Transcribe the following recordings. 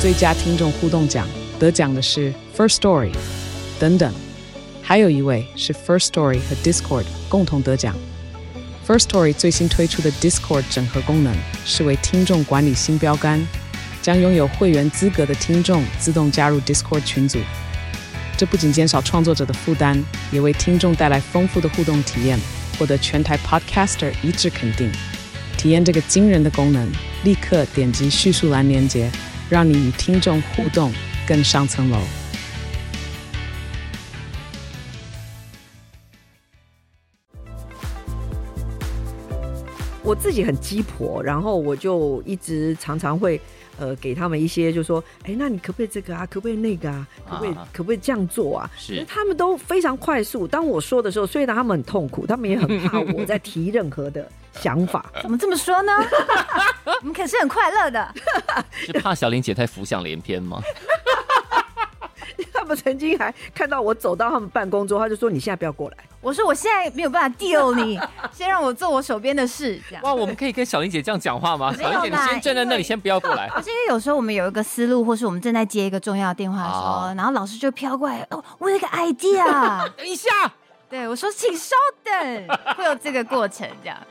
最佳听众互动奖，得奖的是 First Story 等等，还有一位是 First Story 和 Discord 共同得奖。First Story 最新推出的 Discord 整合功能是为听众管理新标杆，将拥有会员资格的听众自动加入 Discord 群组。这不仅减少创作者的负担，也为听众带来丰富的互动体验，获得全台 Podcaster 一致肯定。体验这个惊人的功能，立刻点击叙述栏连结，让你与听众互动更上层楼。 我自己很鸡婆，然后我就一直常常会给他们一些，就说，哎，那你可不可以这个啊？可不可以那个啊？可不可以这样做啊？ 是， 他们都非常快速。当我说的时候，虽然他们很痛苦，他们也很怕我在提任何的想法。 怎么这么说呢？我们可是很快乐的。 是怕小玲姐太浮想联翩吗？ 他们曾经还看到我走到他们办公桌，他就说：“你现在不要过来。” 我说：“我现在没有办法 deal 你，先让我做我手边的事。”这样哇，我们可以跟小玲姐这样讲话吗？小玲姐，你先站在那里，先不要过来。 而且因为有时候我们有一个思路，或是我们正在接一个重要的电话的时候，然后老师就飘过来，哦，我有一个 idea， 等一下， 对我说：“请稍等。”会有这个过程，这样。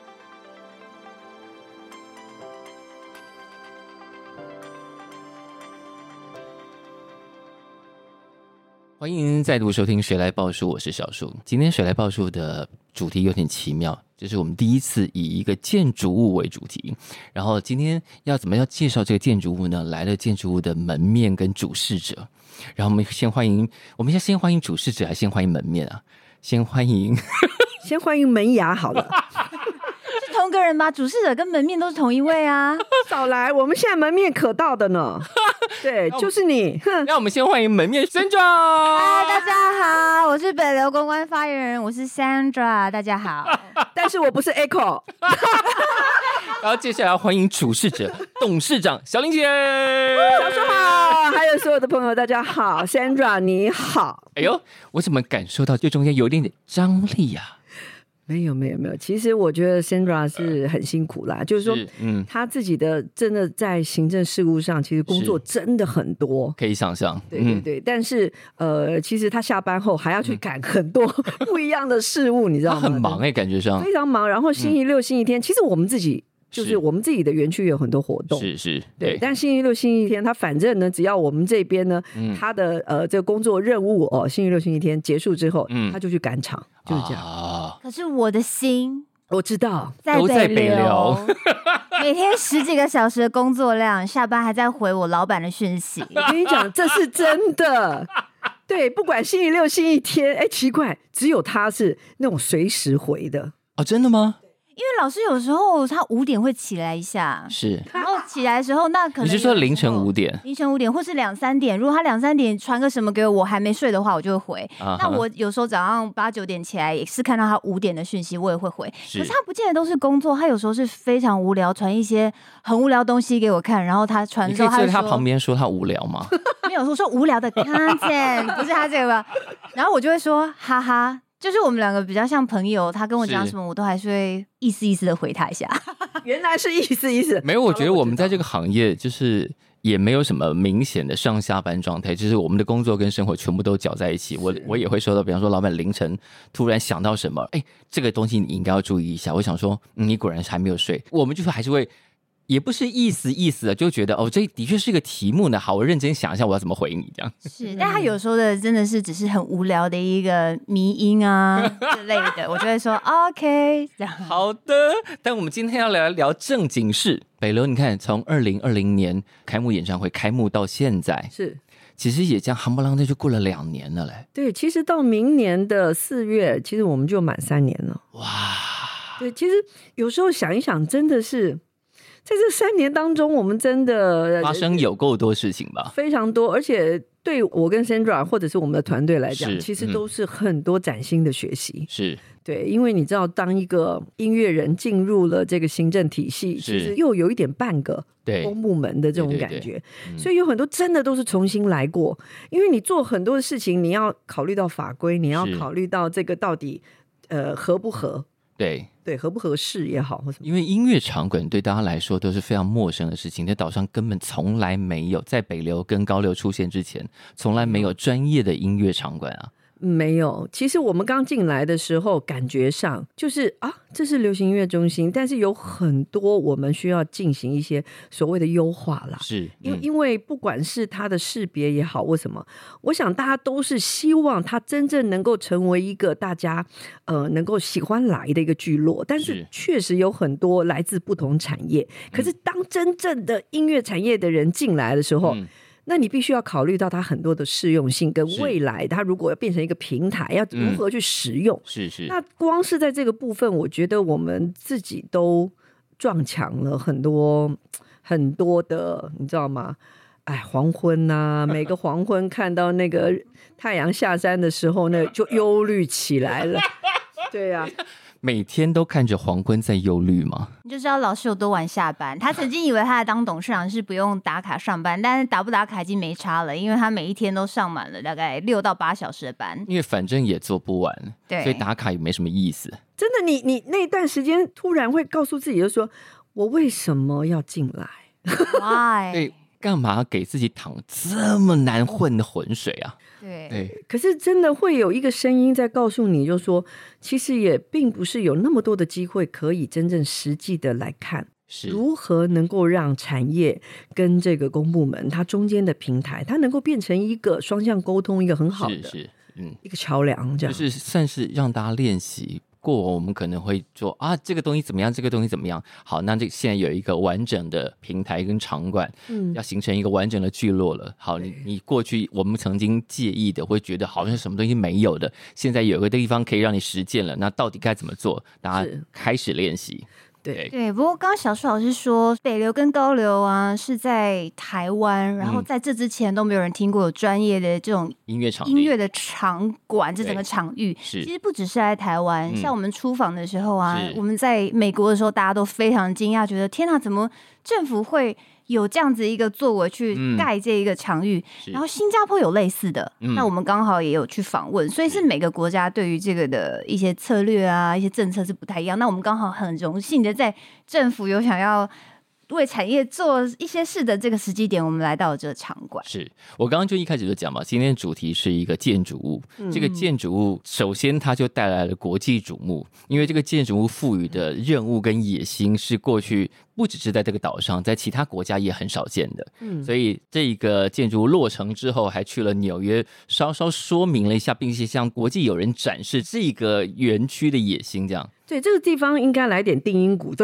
欢迎再度收听谁来报数，我是小树。今天谁来报数的主题有点奇妙，就是我们第一次以一个建筑物为主题，然后今天要怎么样介绍这个建筑物呢？来了建筑物的门面跟主事者，然后我们先欢迎主事者还是先欢迎门面啊？先欢迎门牙好了。 是同个人吧？主事者跟门面都是同一位啊。 少来，我们现在门面可到的呢。对，就是你。 让我们先欢迎门面 Sandra。 大家好，我是北流公关发言人，我是 Sandra， 大家好。 但是我不是 Echo。 然后接下来欢迎主事者董事长小玲姐。 小叔好，还有所有的朋友大家好， Sandra 你好。 哎呦，我怎么感受到这中间有一点点张力啊？ 没有，其实我觉得 Sandra 是很辛苦啦，就是说，他自己的真的在行政事务上，其实工作真的很多， 可以想象， 对，但是其实他下班后还要去赶很多不一样的事务，你知道吗？ 他很忙感觉上非常忙。然后星期六、星期天，其实我们自己。就是我们自己的园区有很多活动， 是， 对。但星期六、星期天，他反正呢，只要我们这边呢，他的这个工作任务星期六、星期天结束之后，他就去赶场，就是这样。 可是我的心， 我知道都在北流， 每天10几个小时的工作量，下班还在回我老板的讯息。 我跟你讲，这是真的。对，不管星期六、星期天，哎，奇怪，只有他是那种随时回的。 哦，真的吗？ 因为老师有时候他5点会起来一下， 是， 然后起来的时候，那可能你是说凌晨5点？ 凌晨5点，或是2、3点。如果他2、3点传个什么给我，我还没睡的话，我就会回。那我有时候早上8、9点起来，也是看到他5点的讯息，我也会回。可是他不见得都是工作，他有时候是非常无聊，传一些很无聊的东西给我看，然后他传的时候， 你可以在他旁边说他无聊吗？ 没有，我说无聊的 content， 不是他这个吧？然后我就会说哈哈。就是我们两个比较像朋友，他跟我讲什么，我都还是会意思意思的回他一下。 原来是意思意思。 没有，我觉得我们在这个行业就是也没有什么明显的上下班状态，就是我们的工作跟生活全部都搅在一起。我也会收到，比方说老板凌晨突然想到什么，哎，这个东西你应该要注意一下。我想说，你果然还没有睡。我们就是还是会。也不是意思的，就觉得这的确是一个题目呢。好，我认真想一下，我要怎么回你这样。 是，但他有时候的真的是只是很无聊的一个迷因啊之类的，我就会说 OK 这样。 好的，但我们今天要来聊正经事。北流，你看从2020年开幕演唱会开幕到现在， 是。 其实也这样，夯不啷的就过了2年了嘞。 对，其实到明年的4月，其实我们就满3年了。哇！对，其实有时候想一想，真的是。在这3年当中，我们真的发生有够多事情吧， 非常多，而且对我跟 Sandra 或者是我们的团队来讲，其实都是很多崭新的学习。 是， 对，因为你知道，当一个音乐人进入了这个行政体系，其实又有一点半个公部门的这种感觉，所以有很多真的都是重新来过。因为你做很多的事情，你要考虑到法规，你要考虑到这个到底合不合。 对，合不合适也好或什么。 因为音乐场馆对大家来说都是非常陌生的事情，在岛上根本从来没有，在北流跟高流出现之前从来没有专业的音乐场馆啊。 没有，其实我们刚进来的时候感觉上就是这是流行音乐中心，但是有很多我们需要进行一些所谓的优化啦。 是， 因为不管是它的识别也好或什么，我想大家都是希望它真正能够成为一个大家能够喜欢来的一个聚落，但是确实有很多来自不同产业，可是当真正的音乐产业的人进来的时候，那你必须要考虑到它很多的适用性跟未来它如果要变成一个平台要如何去使用。 是那光是在这个部分我觉得我们自己都撞墙了很多很多的，你知道吗？黄昏啊，每个黄昏看到那个太阳下山的时候呢就忧虑起来了。对啊， 每天都看着黄昏在忧虑吗？ 你就知道老师有多晚下班。他曾经以为他当董事长是不用打卡上班，但是打不打卡已经没差了，因为他每一天都上满了大概6到8小时的班， 因为反正也做不完， 对， 所以打卡也没什么意思。 真的，你那段时间突然会告诉自己，就说我为什么要进来？ Why？ 对，干嘛给自己淌这么难混的浑水啊？ 对， 可是真的会有一个声音在告诉你，就说其实也并不是有那么多的机会可以真正实际的来看如何能够让产业跟这个公部门它中间的平台它能够变成一个双向沟通，一个很好的一个桥梁，这样就是算是让大家练习。过往我们可能会说这个东西怎么样，这个东西怎么样。好，那这现在有一个完整的平台跟场馆，要形成一个完整的聚落了。好，你过去我们曾经介意的，会觉得好像什么东西没有的，现在有个地方可以让你实践了。那到底该怎么做？大家开始练习。 对， 不过刚刚小树老师说北流跟高流啊是在台湾，然后在这之前都没有人听过有专业的这种音乐的场馆，这整个场域其实不只是在台湾，像我们出访的时候啊，我们在美国的时候大家都非常惊讶，觉得天哪，怎么政府会有这样子一个作为去盖这一个场域，然后新加坡有类似的，那我们刚好也有去访问，所以是每个国家对于这个的一些策略啊、一些政策是不太一样。那我们刚好很荣幸的在政府有想要为产业做一些事的这个时机点，我们来到了这个场馆。 是我刚刚就一开始就讲嘛，今天的主题是一个建筑物，这个建筑物首先它就带来了国际瞩目，因为这个建筑物赋予的任务跟野心是过去不只是在这个岛上，在其他国家也很少见的。所以这个建筑物落成之后，还去了纽约，稍稍说明了一下，并且向国际友人展示这个园区的野心，这样。 对，这个地方应该来点定音鼓。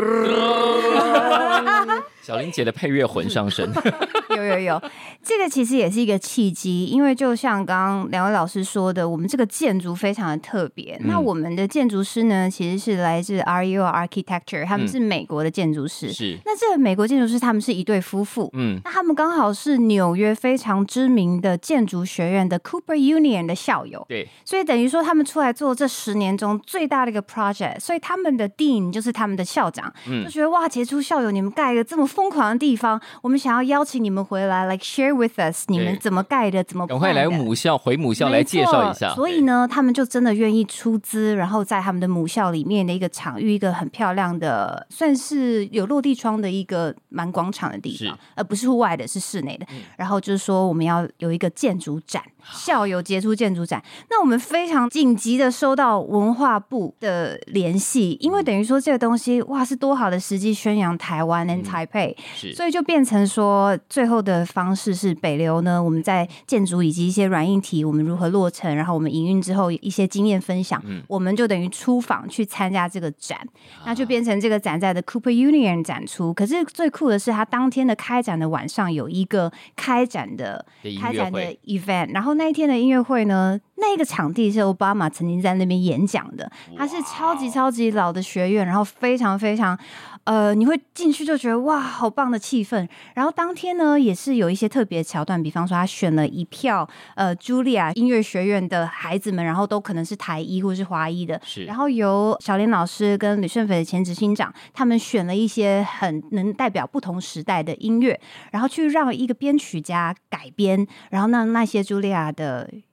小林姐的配乐魂上身。 有，这个其实也是一个契机，因为就像刚刚两位老师说的，我们这个建筑非常的特别。那我们的建筑师呢，其实是来自 RU Architecture， 他们是美国的建筑师。 是。 那这个美国建筑师他们是一对夫妇。那他们刚好是纽约非常知名的建筑学院的 Cooper Union 的校友。 对。 所以等于说他们出来做这10年中最大的一个 project， 所以他们的 Dean 就是他们的校长，就觉得哇，杰出校友，你们盖一个这么疯狂的地方，我们想要邀请你们回来 like share with us， 你们怎么盖的，怎么赶快来回母校来介绍一下。 所以呢，他们就真的愿意出资，然后在他们的母校里面的一个场域，一个很漂亮的，算是有落地窗的一个蛮广场的地方，而不是户外的，是室内的。然后就是说我们要有一个建筑展，校友杰出建筑展。那我们非常紧急的收到文化部的联系，因为等于说这个东西哇是多好的时机宣扬台湾 and Taipei，所以就变成说最后的方式是北流呢，我们在建筑以及一些软硬体我们如何落成，然后我们营运之后一些经验分享，我们就等于出访去参加这个展，那就变成这个展在的 Cooper Union 展出。可是最酷的是他当天的开展的晚上有一个开展的 event， 然后那一天的音乐会呢，那个场地是奥巴马曾经在那边演讲的，它是超级老的学院，然后非常你会进去就觉得哇好棒的气氛。然后当天呢也是有一些特别的桥段，比方说他选了一票茱莉亚音乐学院的孩子们，然后都可能是台一或是华一的，然后由小莲老师跟吕顺斐的前执行长他们选了一些很能代表不同时代的音乐，然后去让一个编曲家改编，然后那些茱莉亚的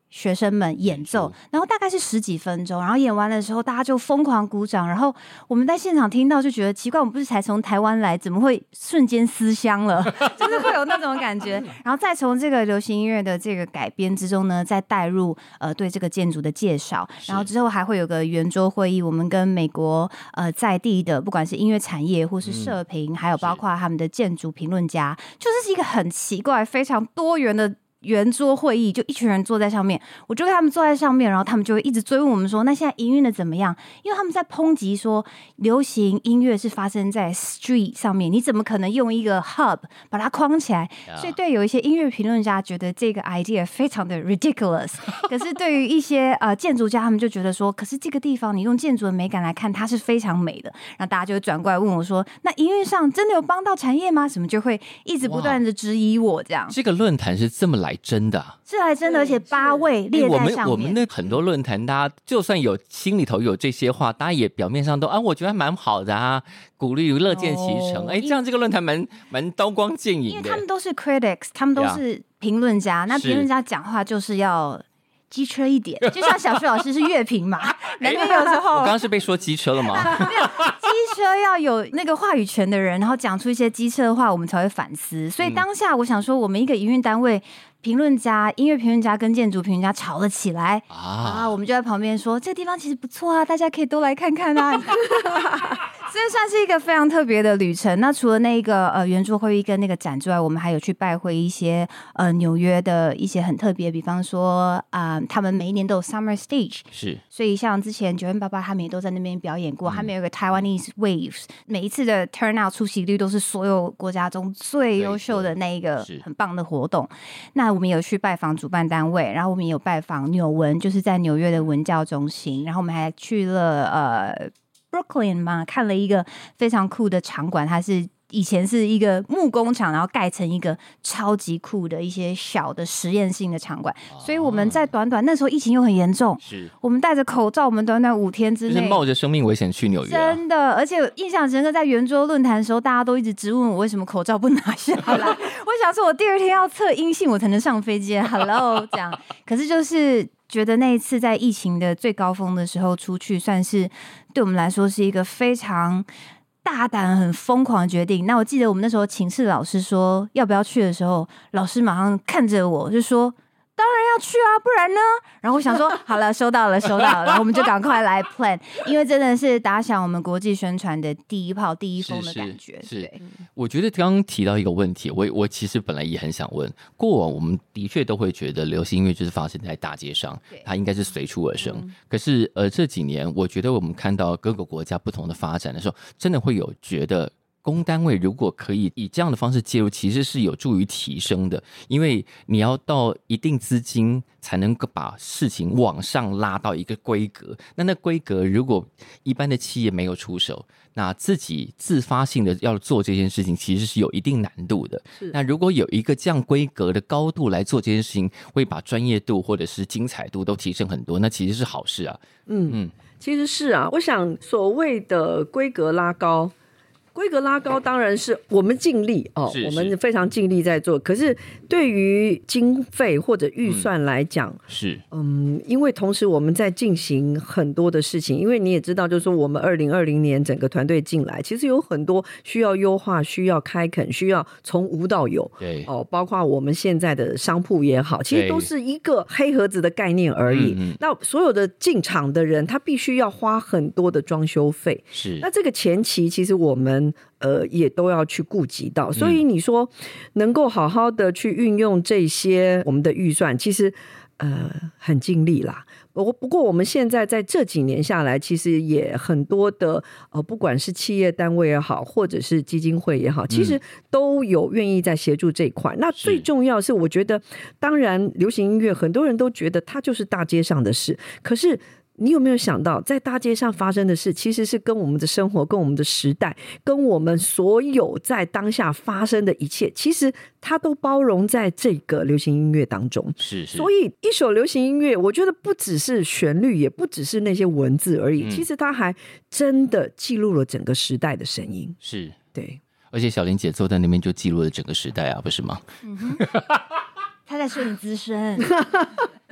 学生们演奏，然后大概是10几分钟，然后演完的时候大家就疯狂鼓掌，然后我们在现场听到就觉得奇怪，我们不是才从台湾来，怎么会瞬间思乡了？就是会有那种感觉，然后再从这个流行音乐的这个改编之中呢，再带入对这个建筑的介绍，然后之后还会有个圆桌会议，我们跟美国在地的不管是音乐产业或是社评，还有包括他们的建筑评论家，就是一个很奇怪、非常多元的圆桌会议，就一群人坐在上面，我就跟他们坐在上面，然后他们就会一直追问我们说，那现在营运的怎么样？因为他们在抨击说，流行音乐是发生在 street 上面，你怎么可能用一个 hub 把它框起来？所以对有一些音乐评论家觉得这个 idea 非常的 ridiculous， 可是对于一些建筑家，他们就觉得说，可是这个地方你用建筑的美感来看，它是非常美的。然后大家就会转过来问我说，那营运上真的有帮到产业吗？什么就会一直不断的质疑我这样。 这个论坛是这么来真的是来真的，而且8位列在上面。 我们的很多论坛，大家就算有心里头有这些话，大家也表面上都我觉得蛮好的啊，鼓励乐见其成。这样这个论坛蛮刀光剑影的， 因为他们都是 critics， 他们都是评论家。那评论家讲话就是要机车一点，就像小树老师是乐评嘛，难免有时候。 我刚刚是被说机车了吗？ 没有，机车要有那个话语权的人，然后讲出一些机车的话，我们才会反思。所以当下我想说，我们一个营运单位。评论家、音乐评论家跟建筑评论家吵了起来我们就在旁边说，这个地方其实不错啊，大家可以都来看看啊。所以算是一个非常特别的旅程。那除了那个圆桌会议跟那个展之外，我们还有去拜会一些纽约的一些很特别，比方说他们每一年都有 Summer Stage， 是， 所以像之前988他们也都在那边表演过，他们有个 Taiwanese Waves， 每一次的 turnout 出席率都是所有国家中最优秀的那一个很棒的活动。那我们有去拜访主办单位，然后我们也有拜访纽文，就是在纽约的文教中心，然后我们还去了Brooklyn 嘛，看了一个非常酷的场馆，它是以前是一个木工厂，然后盖成一个超级酷的一些小的实验性的场馆。所以我们在短那时候疫情又很严重，是我们戴着口罩，我们短5天之内就是冒着生命危险去纽约真的。而且印象深刻，在圆桌论坛的时候，大家都一直质问我为什么口罩不拿下来。我想说我第2天要测阴性我才能上飞机，Hello 这样。可是就是觉得那一次在疫情的最高峰的时候出去，算是对我们来说是一个非常大胆很疯狂的决定。那我记得我们那时候请示老师说要不要去的时候，老师马上看着我就说当然要去啊，不然呢？然后我想说好了，收到了，然后我们就赶快来 plan， 因为真的是打响我们国际宣传的第一炮、第一封的感觉。 是，我觉得刚刚提到一个问题，我其实本来也很想问，过往我们的确都会觉得流行音乐就是发生在大街上，它应该是随处而生。可是这几年，我觉得我们看到各个国家不同的发展的时候，真的会有觉得公单位如果可以以这样的方式介入，其实是有助于提升的，因为你要到一定资金才能够把事情往上拉到一个规格。那规格如果一般的企业没有出手，那自己自发性的要做这件事情，其实是有一定难度的。那如果有一个这样规格的高度来做这件事情，会把专业度或者是精彩度都提升很多，那其实是好事啊。 其实是啊，我想所谓的规格拉高当然是我们尽力我们非常尽力在做。可是对于经费或者预算来讲，因为同时我们在进行很多的事情，因为你也知道，就是说我们2020年整个团队进来，其实有很多需要优化、需要开垦、需要从无到有，对包括我们现在的商铺也好，其实都是一个黑盒子的概念而已。那所有的进场的人，他必须要花很多的装修费，那这个前期其实我们也都要去顾及到，所以你说能够好好的去运用这些我们的预算，其实很尽力啦。不过我们现在在这几年下来，其实也很多的不管是企业单位也好，或者是基金会也好，其实都有愿意在协助这一块。那最重要是，我觉得当然流行音乐很多人都觉得它就是大街上的事，可是你有没有想到，在大街上发生的事，其实是跟我们的生活、跟我们的时代、跟我们所有在当下发生的一切，其实它都包容在这个流行音乐当中。所以一首流行音乐，我觉得不只是旋律，也不只是那些文字而已，其实它还真的记录了整个时代的声音。对。 而且小林姐坐在那边就记录了整个时代啊，不是吗？ 她在说你资深。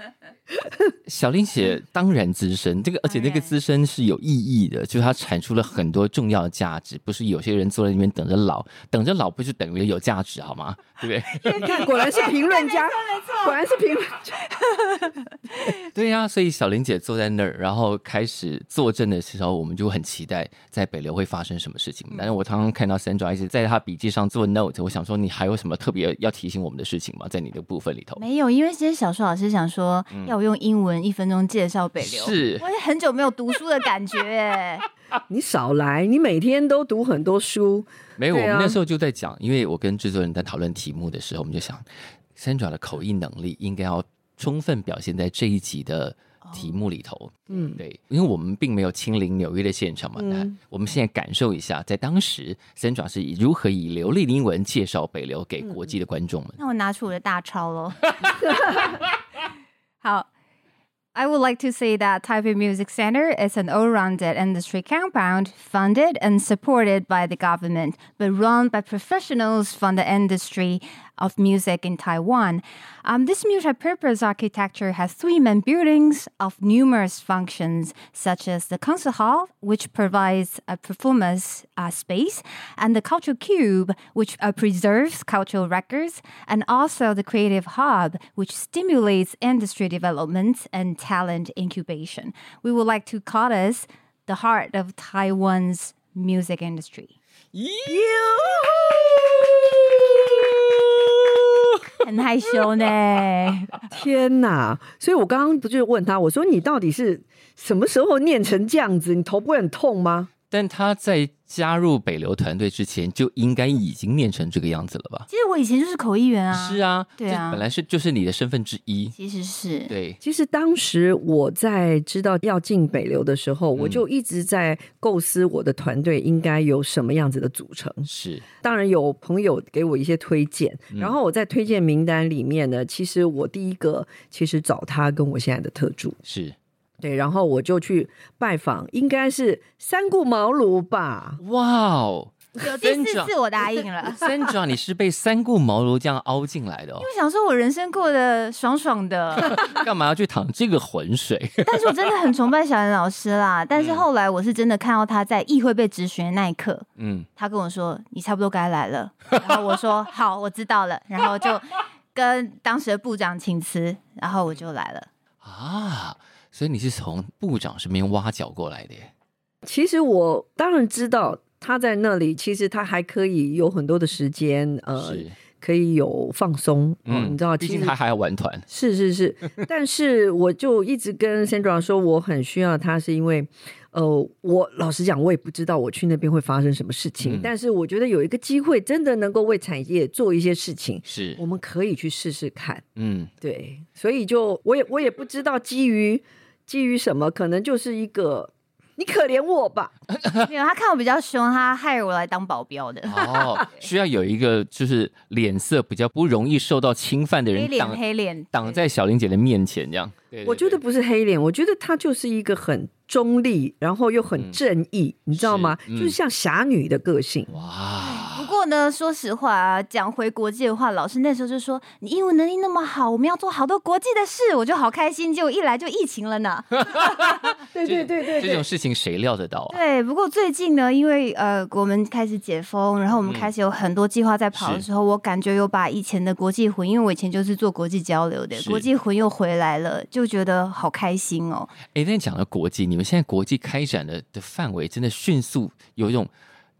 小林姐当然资深，而且那个资深是有意义的，就是她产出了很多重要的价值，不是有些人坐在那边等着老不是等于有价值好吗？对不对？ 你看，果然是评论家，果然是评论家。 对呀，所以小林姐坐在那儿，然后开始作证的时候，我们就很期待在北流会发生什么事情。但是我常常看到 Sandra 一直在她笔记上做 note， 我想说你还有什么特别要提醒我们的事情吗？在你的部分里头？ 没有，因为今天小树老师想说要我用英文1分钟介绍北流， 是我也很久没有读书的感觉。 你少来，你每天都读很多书。 没有，我们那时候就在讲，因为我跟制作人在讨论题目的时候，我们就想 Sandra 的口译能力应该要充分表现在这一集的题目里头。对，因为我们并没有亲临纽约的现场嘛，我们现在感受一下，在当时 Sandra 是如何以流利的英文介绍北流给国际的观众们。 那我拿出我的大抄咯。好。I would like to say that Taipei Music Center is an all-rounded industry compound funded and supported by the government, but run by professionals from the industry of music in Taiwan. This multi-purpose architecture has 3 main buildings of numerous functions, such as the concert hall, which provides a performance space, and the cultural cube, which preserves cultural records, and also the creative hub, which stimulates industry development and talent incubation. We would like to call this the heart of Taiwan's music industry. 很害羞呢。 天哪！所以我刚刚不就问他，我说你到底是什么时候念成这样子？你头不会很痛吗？ 但他在加入北流团队之前就应该已经念成这个样子了吧？ 其实我以前就是口译员啊。 是啊， 对啊， 本来就是你的身份之一。 其实是对。 其实当时我在知道要进北流的时候，我就一直在构思我的团队应该有什么样子的组成。 是， 当然有朋友给我一些推荐，然后我在推荐名单里面呢，其实我第一个找他跟我现在的特助是。 对，然后我就去拜访，应该是三顾茅庐吧。 哇哦， 有第4次我答应了。 Sandra， 你是被三顾茅庐这样凹进来的哦？ 因为想说我人生过得爽爽的， 干嘛要去淌这个浑水？ 但是我真的很崇拜小林老师啦。但是后来我是真的看到他在议会被质询的那一刻，他跟我说你差不多该来了，然后我说好，我知道了，然后就跟当时的部长请辞，然后我就来了。 啊。所以你是从部长身边挖角过来的耶？ 其实我当然知道他在那里，其实他还可以有很多的时间，可以有放松。你知道， 毕竟他还要玩团。 是，但是我就一直跟 Sandra 说，我很需要他，是因为我老实讲，我也不知道我去那边会发生什么事情，但是我觉得有一个机会，真的能够为产业做一些事情， 是我们可以去试试看。对，所以就我也不知道基于什么，可能就是一个你可怜我吧。 没有，他看我比较凶，他害我来当保镖的。 需要有一个就是脸色比较不容易受到侵犯的人， 黑脸挡在小林姐的面前，这样。对， 我觉得不是黑脸，我觉得他就是一个很中立，然后又很正义，你知道吗？就是像侠女的个性。 哇！ 不过呢，说实话啊，讲回国际的话，老师那时候就说你英文能力那么好，我们要做好多国际的事，我就好开心。结果一来就疫情了呢。 对， 这种事情谁料得到啊？ 对，不过最近呢，因为我们开始解封，然后我们开始有很多计划在跑的时候，我感觉有把以前的国际魂，因为我以前就是做国际交流的，国际魂又回来了，就觉得好开心哦。 那讲到国际，你们现在国际开展的范围真的迅速有一种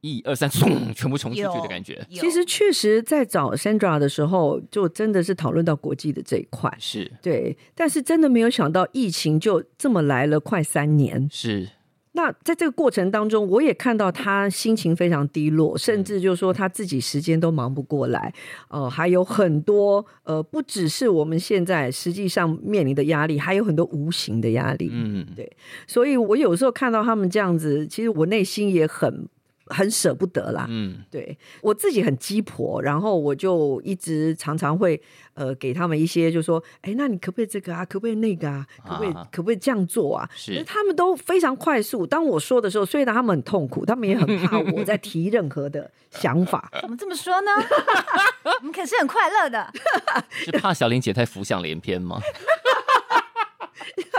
1、2、3全部冲出去的感觉。 其实确实在找 Sandra 的时候，就真的是讨论到国际的这一块， 是对，但是真的没有想到疫情就这么来了快3年。 是。 那在这个过程当中，我也看到他心情非常低落，甚至就说他自己时间都忙不过来，还有很多不只是我们现在实际上面临的压力，还有很多无形的压力。对，所以我有时候看到他们这样子，其实我内心也很舍不得啦。对，我自己很鸡婆，然后我就一直常常会给他们一些，就说那你可不可以这个啊，可不可以那个啊，可不可以这样做啊？是，他们都非常快速。当我说的时候，虽然他们很痛苦，他们也很怕我在提任何的想法。 怎么这么说呢？我们可是很快乐的。 是怕小林姐太浮想联翩吗？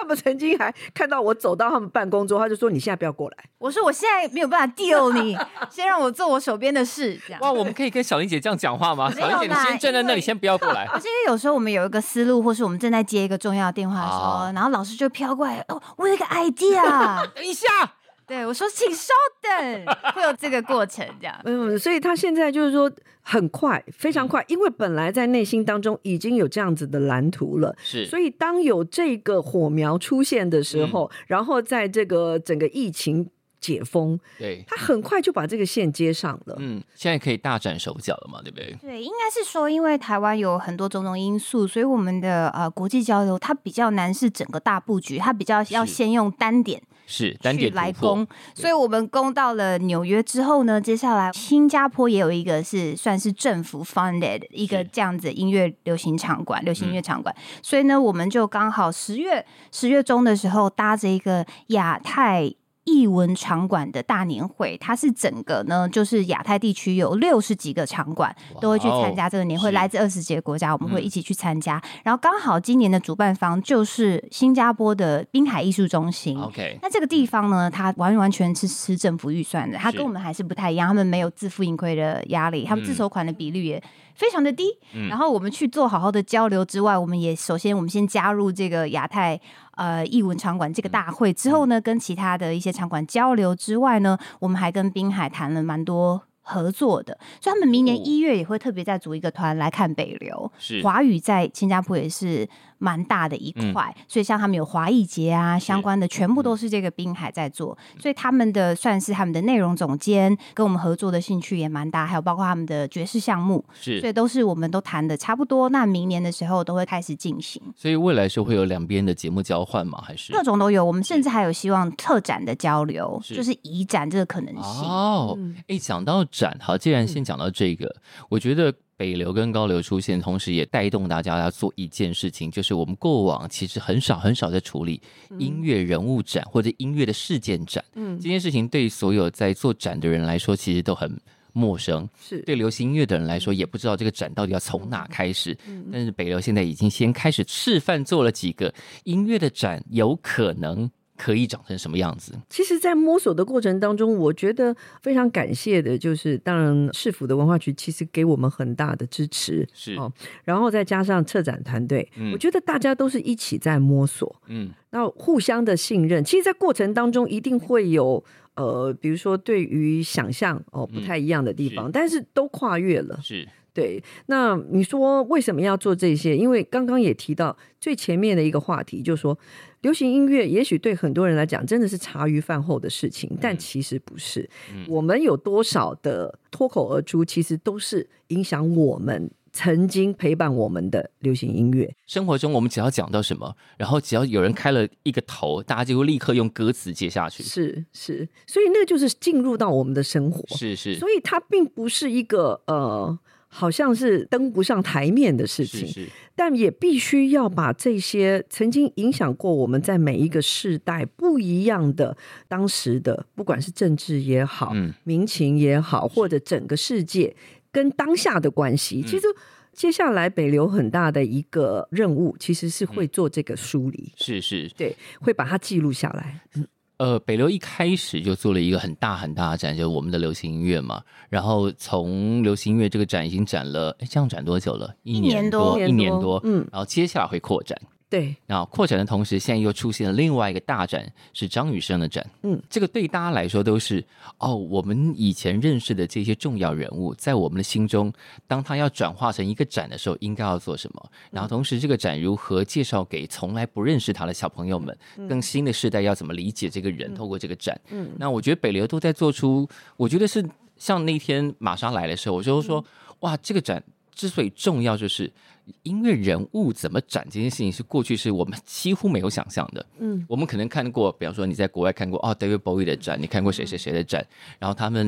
们曾经还看到我走到他们办公桌，他就说你现在不要过来。 我说我现在没有办法 deal 你，先让我做我手边的事。这样哇，我们可以跟小玲姐这样讲话吗？小玲姐，你先站在那里，先不要过来。 可是因为有时候我们有一个思路，或是我们正在接一个重要的电话的时候，然后老师就飘过来，哦，我有一个 idea， 等一下。 对我说，请稍等，会有这个过程这样。 所以他现在就是说很快，非常快，因为本来在内心当中已经有这样子的蓝图了， 是， 所以当有这个火苗出现的时候，然后在这个整个疫情解封， 对， 他很快就把这个线接上了。 现在可以大展手脚了嘛，对不对？ 对，应该是说，因为台湾有很多种种因素，所以我们的国际交流它比较难是整个大布局，它比较要先用单点。 是单点来攻，所以我们攻到了纽约之后呢，接下来新加坡也有一个是算是政府 funded 一个这样子音乐流行场馆、流行音乐场馆，所以呢，我们就刚好10月中的时候搭着一个亚太艺文场馆的大年会，它是整个呢，就是亚太地区有60几个场馆都会去参加这个年会，来自20几个国家，我们会一起去参加。然后刚好今年的主办方就是新加坡的滨海艺术中心。 OK， 那这个地方呢，它完全是吃政府预算的，它跟我们还是不太一样，他们没有自负盈亏的压力，他们自筹款的比率也非常的低。然后我们去做好好的交流之外，我们也首先我们先加入这个亚太艺文场馆这个大会之后呢，跟其他的一些场馆交流之外呢，我们还跟滨海谈了蛮多合作的，所以他们明年1月也会特别再组一个团来看北流。 是华语在新加坡也是蛮大的一块，所以像他们有华艺节啊相关的，全部都是这个滨海在做，所以他们的算是他们的内容总监跟我们合作的兴趣也蛮大，还有包括他们的爵士项目， 是， 所以都是我们都谈的差不多，那明年的时候都会开始进行。 所以未来是会有两边的节目交换吗？还是各种都有？我们甚至还有希望特展的交流，就是移展这个可能性。 哦，讲到展，好，既然先讲到这个，我觉得北流跟高流出现，同时也带动大家要做一件事情，就是我们过往其实很少在处理音乐人物展或者音乐的事件展。这件事情对所有在做展的人来说，其实都很陌生。 是对流行音乐的人来说，也不知道这个展到底要从哪开始。但是北流现在已经先开始示范做了几个音乐的展，有可能可以长成什么样子？ 其实在摸索的过程当中，我觉得非常感谢的就是当然市府的文化局其实给我们很大的支持， 是然后再加上策展团队，我觉得大家都是一起在摸索，那互相的信任，其实在过程当中一定会有比如说对于想象不太一样的地方，但是都跨越了。 是对，那你说为什么要做这些？因为刚刚也提到最前面的一个话题，就是说流行音乐也许对很多人来讲真的是茶余饭后的事情，但其实不是。我们有多少的脱口而出，其实都是影响我们曾经陪伴我们的流行音乐。 生活中我们只要讲到什么，然后只要有人开了一个头，大家就会立刻用歌词接下去。 是，所以那就是进入到我们的生活。 是， 所以它并不是一个好像是登不上台面的事情， 是但也必须要把这些曾经影响过我们在每一个世代不一样的当时的，不管是政治也好，民情也好，或者整个世界跟当下的关系，其实接下来北流很大的一个任务其实是会做这个梳理， 是对，会把它记录下来。 北流一开始就做了一个很大的展，就是我们的流行音乐嘛。然后从流行音乐这个展已经展了，这样展多久了？1年多。然后接下来会扩展。 对， 然后扩展的同时，现在又出现了另外一个大展，是张雨生的展。这个对大家来说都是我们以前认识的这些重要人物，在我们的心中，当他要转化成一个展的时候，应该要做什么？然后同时，这个展如何介绍给从来不认识他的小朋友们，更新的世代要怎么理解这个人？透过这个展，那我觉得北流都在做出，我觉得是像那天玛莎来的时候，我就说，哇，这个展之所以重要，就是音乐人物怎么展这件事情是过去是我们几乎没有想象的。我们可能看过，比方说你在国外看过David Bowie 的展，你看过谁的展，然后他们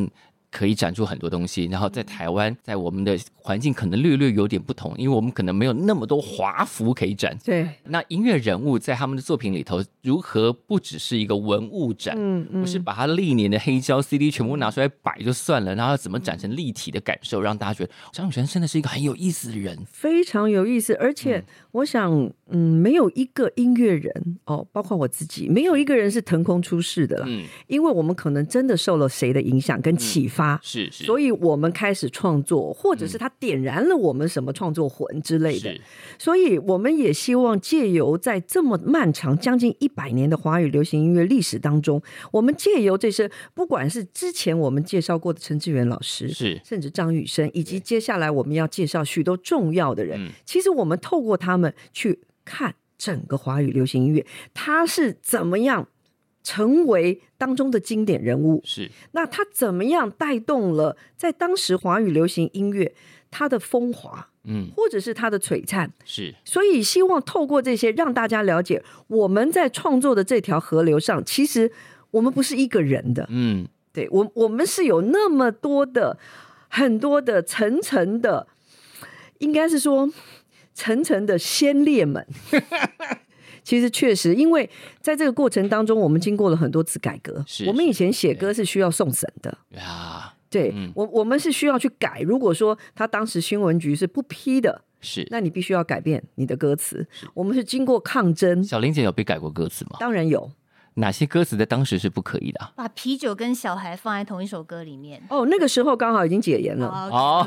可以展出很多东西，然后在台湾，在我们的环境可能略略有点不同，因为我们可能没有那么多华服可以展。 对， 那音乐人物在他们的作品里头，如何不只是一个文物展，不是把他历年的黑胶 CD 全部拿出来摆就算了，然后怎么展成立体的感受，让大家觉得张雨生真的是一个很有意思的人， 非常有意思。而且我想，没有一个音乐人包括我自己，没有一个人是腾空出世的了。因为我们可能真的受了谁的影响跟启发， 是， 所以我们开始创作，或者是他点燃了我们什么创作魂之类的。所以我们也希望借由在这么漫长将近100年的华语流行音乐历史当中，我们借由这些不管是之前我们介绍过的陈志远老师， 是甚至张雨生，以及接下来我们要介绍许多重要的人，其实我们透过他们去看整个华语流行音乐，他是怎么样成为当中的经典人物， 是那他怎么样带动了在当时华语流行音乐它的风华，或者是它的璀璨， 是， 所以希望透过这些让大家了解，我们在创作的这条河流上，其实我们不是一个人的，对，我们是有那么多的很多的层层的，应该是说层层的先烈们。其实确实，因为在这个过程当中，我们经过了很多次改革。我们以前写歌是需要送审的呀， 对，我们是需要去改。如果说他当时新闻局是不批的， 是， 那你必须要改变你的歌词。我们是经过抗争。 小玲姐有被改过歌词吗？ 当然有。 哪些歌词在当时是不可以的？ 把啤酒跟小孩放在同一首歌里面。 那个时候刚好已经解严了。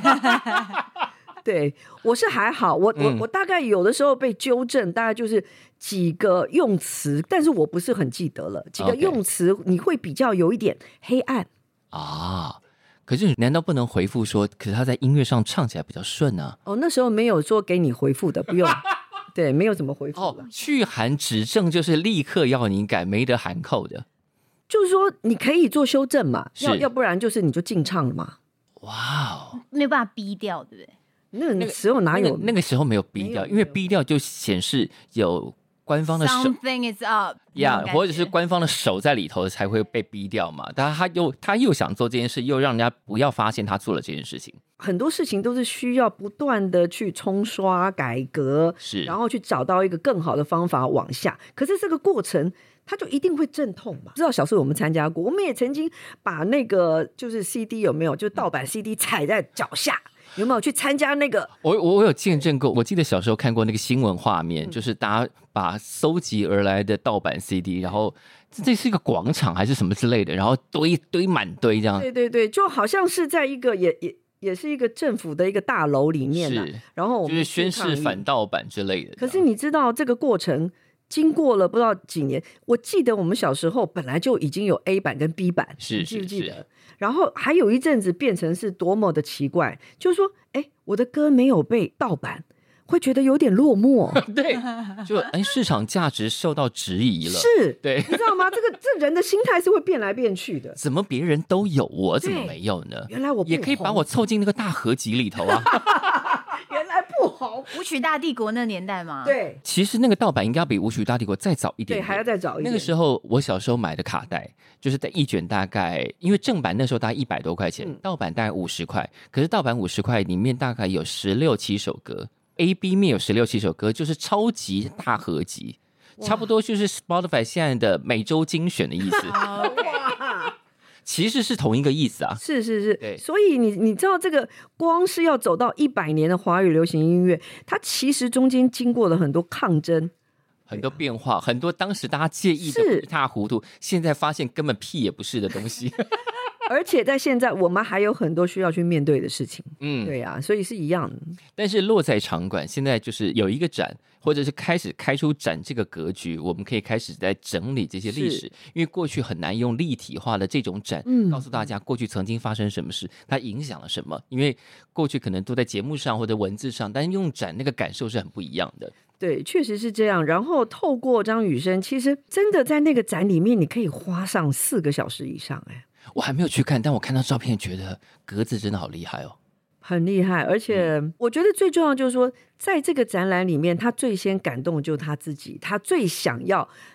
对，我是还好，我大概有的时候被纠正，大概就是几个用词，但是我不是很记得了。几个用词你会比较有一点黑暗啊。可是难道不能回复说，可是他在音乐上唱起来比较顺呢？ 那时候没有说给你回复的，不用。对，没有怎么回复了。 去函指正就是立刻要你改，没得函扣的。 就是说你可以做修正嘛，要不然就是你就禁唱了嘛。 哇哦， 没有办法逼掉，对不对？ 那个时候哪有？ 那个时候没有逼掉，因为逼掉就显示有官方的手 ，something is up， 或者是官方的手在里头才会被逼掉嘛。但他又想做这件事，又让人家不要发现他做了这件事情。 很多事情都是需要不断的去冲刷、改革，然后去找到一个更好的方法往下。可是这个过程，它就一定会阵痛嘛。知道小时候我们参加过，我们也曾经把那个就是 CD 有没有，就盗版 CD 踩在脚下。有没有去参加那个？ 我有见证过，我记得小时候看过那个新闻画面，就是大家把搜集而来的盗版 CD， 然后这是一个广场还是什么之类的，然后堆满堆这样。 对对对，就好像是在一个也是一个政府的一个大楼里面然后我们就是宣示反盗版之类的。 可是你知道这个过程经过了不知道几年，我记得我们小时候本来就已经有 A 版跟 B 版， 是记不记得？然后还有一阵子变成是多么的奇怪，就是说，我的歌没有被盗版，会觉得有点落寞。 对，就市场价值受到质疑了。 是， 对， 你知道吗？这人的心态是会变来变去的。 怎么别人都有，我怎么没有呢？ 原来我不也可以把我凑进那个大合集里头啊。 原来不红， 舞曲大帝国那年代嘛。 对， 其实那个盗版应该要比舞曲大帝国再早一点， 对，还要再早一点。 那个时候我小时候买的卡带，就是在一卷大概，因为正版那时候大概100多块钱，盗版大概50块。可是盗版50块里面大概有16、7首歌 ，A、B 面有16、7首歌，就是超级大合集，差不多就是 Spotify 现在的每周精选的意思。 哇！ 其实是同一个意思啊， 是， 对， 所以你知道这个光是要走到100年的华语流行音乐，它其实中间经过了很多抗争， 很多变化，很多当时大家介意的一塌糊涂，现在发现根本屁也不是的东西。 而且在现在我们还有很多需要去面对的事情，对啊，所以是一样的。 但是落在场馆现在就是有一个展，或者是开始开出展这个格局，我们可以开始在整理这些历史，因为过去很难用立体化的这种展，告诉大家过去曾经发生什么事，它影响了什么，因为过去可能都在节目上或者文字上，但是用展那个感受是很不一样的。 对，确实是这样。然后透过张雨生，其实真的在那个展里面，你可以花上4个小时以上。 我还没有去看，但我看到照片觉得格子真的好厉害哦， 很厉害。而且我觉得最重要就是说，在这个展览里面，他最先感动的就是他自己，他最想要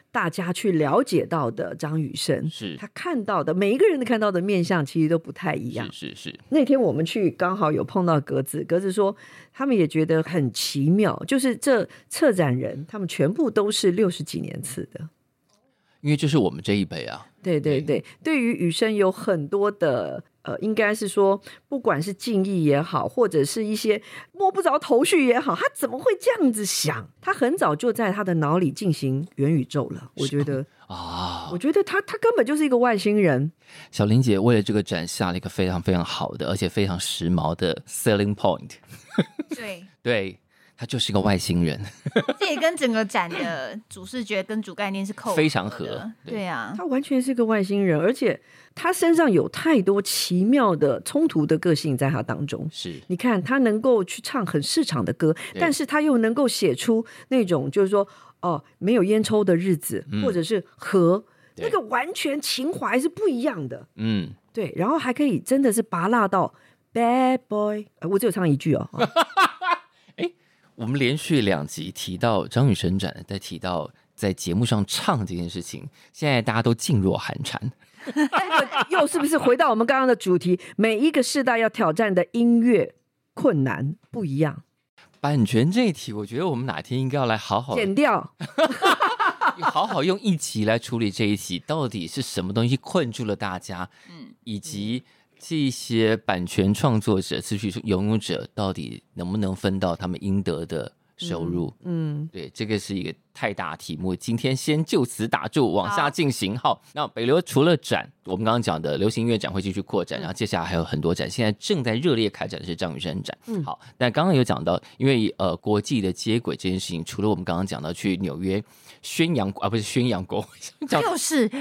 大家去了解到的张雨生， 是他看到的每一个人看到的面向其实都不太一样。 是。 那天我们去刚好有碰到格子说他们也觉得很奇妙，就是这策展人他们全部都是60几年次的， 因为就是我们这一辈啊。 对，对于雨生有很多的应该是说不管是敬意也好，或者是一些摸不着头绪也好，他怎么会这样子想？他很早就在他的脑里进行元宇宙了，我觉得我觉得他根本就是一个外星人。 小林姐为了这个展下了一个非常非常好的而且非常时髦的 selling point 对，他就是一个外星人这也跟整个展的主视觉跟主概念是扣合的， 非常合。 对啊， 他完全是个外星人，而且他身上有太多奇妙的冲突的个性在他当中。 是， 你看他能够去唱很市场的歌，但是他又能够写出那种就是说没有烟抽的日子，或者是河，那个完全情怀是不一样的。对，然后还可以真的是拔辣到 Bad Boy， 我只有唱一句我们连续2集提到张雨生展，再提到在节目上唱这件事情，现在大家都噤若寒蝉。 又是不是回到我们刚刚的主题？每一个世代要挑战的音乐困难不一样。 版权这一题，我觉得我们哪天应该要来好好剪掉， 好好用一集来处理这一题，到底是什么东西困住了大家，以及这些版权创作者、词曲拥有者到底能不能分到他们应得的收入？对，这个是一个太大题目，今天先就此打住，往下进行。好，那北流除了展，我们刚刚讲的流行音乐展会继续扩展，然后接下来还有很多展，现在正在热烈开展的是张雨生展。好，但刚刚有讲到，因为国际的接轨这件事情，除了我们刚刚讲到去纽约宣扬不是宣扬国， 就是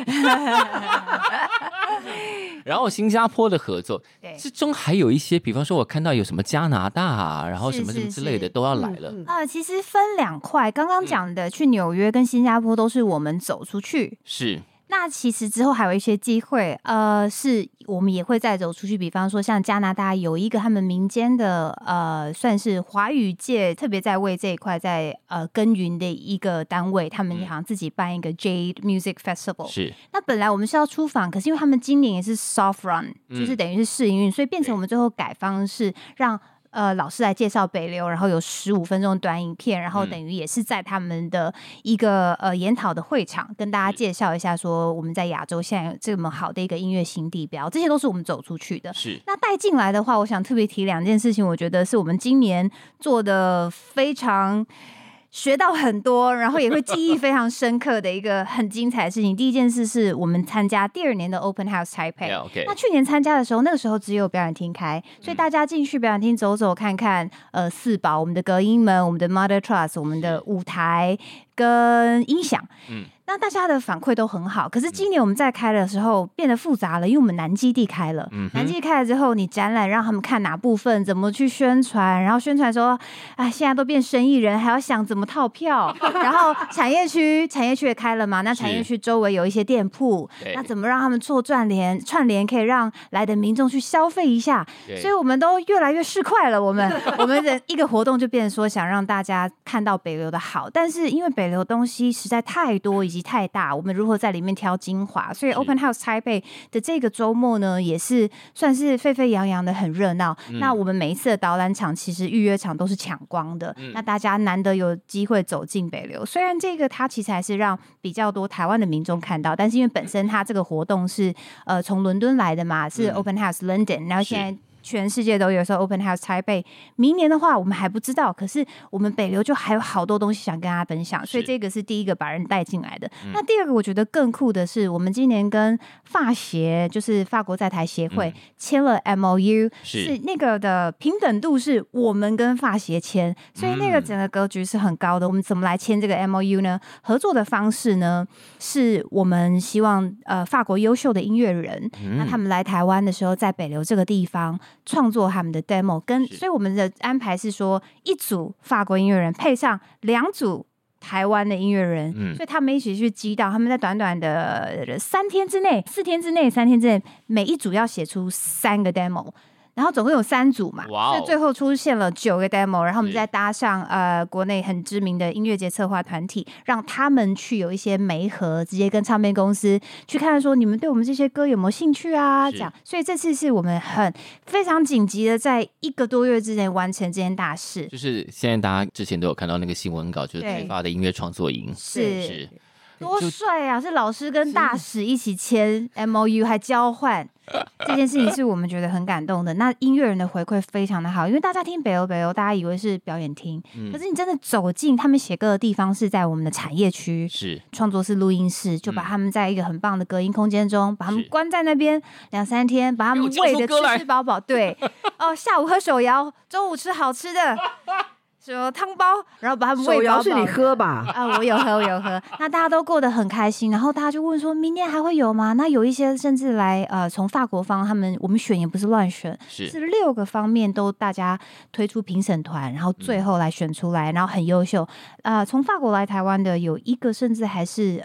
然后新加坡的合作之中还有一些，比方说我看到有什么加拿大啊，然后什么什么之类的都要来了。 其实分2块，刚刚讲的去纽约跟新加坡都是我们走出去， 是。 那其实之后还有一些机会，是我们也会再走出去。比方说，像加拿大有一个他们民间的算是华语界特别在为这一块在耕耘的一个单位，他们好像自己办一个 Jade Music Festival。 是。 那本来我们是要出访，可是因为他们今年也是 soft run，就是等于是试营运，所以变成我们最后改方式让。老师来介绍北流，然后有15分钟短影片，然后等于也是在他们的一个研讨的会场跟大家介绍一下，说我们在亚洲现在有这么好的一个音乐新地标，这些都是我们走出去的。 是。 那带进来的话，我想特别提2件事情，我觉得是我们今年做的非常。学到很多，然后也会记忆非常深刻的一个很精彩的事情。第一件事是我们参加第2年的 Open House Taipei。那去年参加的时候，那个时候只有表演厅开，所以大家进去表演厅走走看看，4宝，我们的隔音门，我们的 Mother Truss， 我们的舞台跟音响。那大家的反馈都很好，可是今年我们在开的时候变得复杂了，因为我们南基地开了，南基地开了之后，你展览让他们看哪部分，怎么去宣传，然后宣传说，现在都变生意人，还要想怎么套票，然后产业区也开了嘛，那产业区周围有一些店铺，那怎么让他们做串联可以让来的民众去消费一下，所以我们都越来越市侩了，我们的一个活动就变成说想让大家看到北流的好，但是因为北流东西实在太多以及太大，我们如何在里面挑精华？所以 Open House Taipei 的这个周末呢，也是算是沸沸扬扬的，很热闹。那我们每一次的导览场，其实预约场都是抢光的。那大家难得有机会走进北流，虽然这个它其实还是让比较多台湾的民众看到，但是因为本身它这个活动是从伦敦来的嘛，是 Open House London， 然后现在。全世界都有时候 Open House Taipei， 明年的话我们还不知道，可是我们北流就还有好多东西想跟大家分享，所以这个是第一个把人带进来的。那第二个我觉得更酷的是，我们今年跟法协，就是法国在台协会签了 MOU， 是那个的平等度是我们跟法协签，所以那个整个格局是很高的。我们怎么来签这个 MOU 呢？合作的方式呢，是我们希望法国优秀的音乐人，那他们来台湾的时候，在北流这个地方。创作他们的 demo， 所以我们的安排是说，一组法国音乐人配上2组台湾的音乐人，所以他们一起去击到，他们在短短的4天之内，每一组要写出3个 demo。 然后总共有3组嘛，所以最后出现了9个 demo， 然后我们再搭上国内很知名的音乐节策划团体，让他们去有一些媒合，直接跟唱片公司去看说你们对我们这些歌有没有兴趣啊？这样，所以这次是我们非常紧急的，在1个多月之内完成这件大事。 就是现在大家之前都有看到那个新闻稿，就是开发的音乐创作营， 是多帅啊！是老师跟大使一起签 MOU 还交换。这件事情是我们觉得很感动的。那音乐人的回馈非常的好，因为大家听北欧，大家以为是表演厅，可是你真的走进他们写歌的地方是在我们的产业区， 是创作室、录音室，就把他们在一个很棒的隔音空间中，把他们关在那边2-3天，把他们喂得吃饱饱。对，下午喝手摇，中午吃好吃的。什么汤包，然后把他们喂饱饱。 手摇是你喝吧？ 我有喝。那大家都过得很开心，然后大家就问说，明年还会有吗？那有一些甚至来从法国方我们选也不是乱选，是6个方面都大家推出评审团，然后最后来选出来，然后很优秀。从法国来台湾的有1个，甚至还是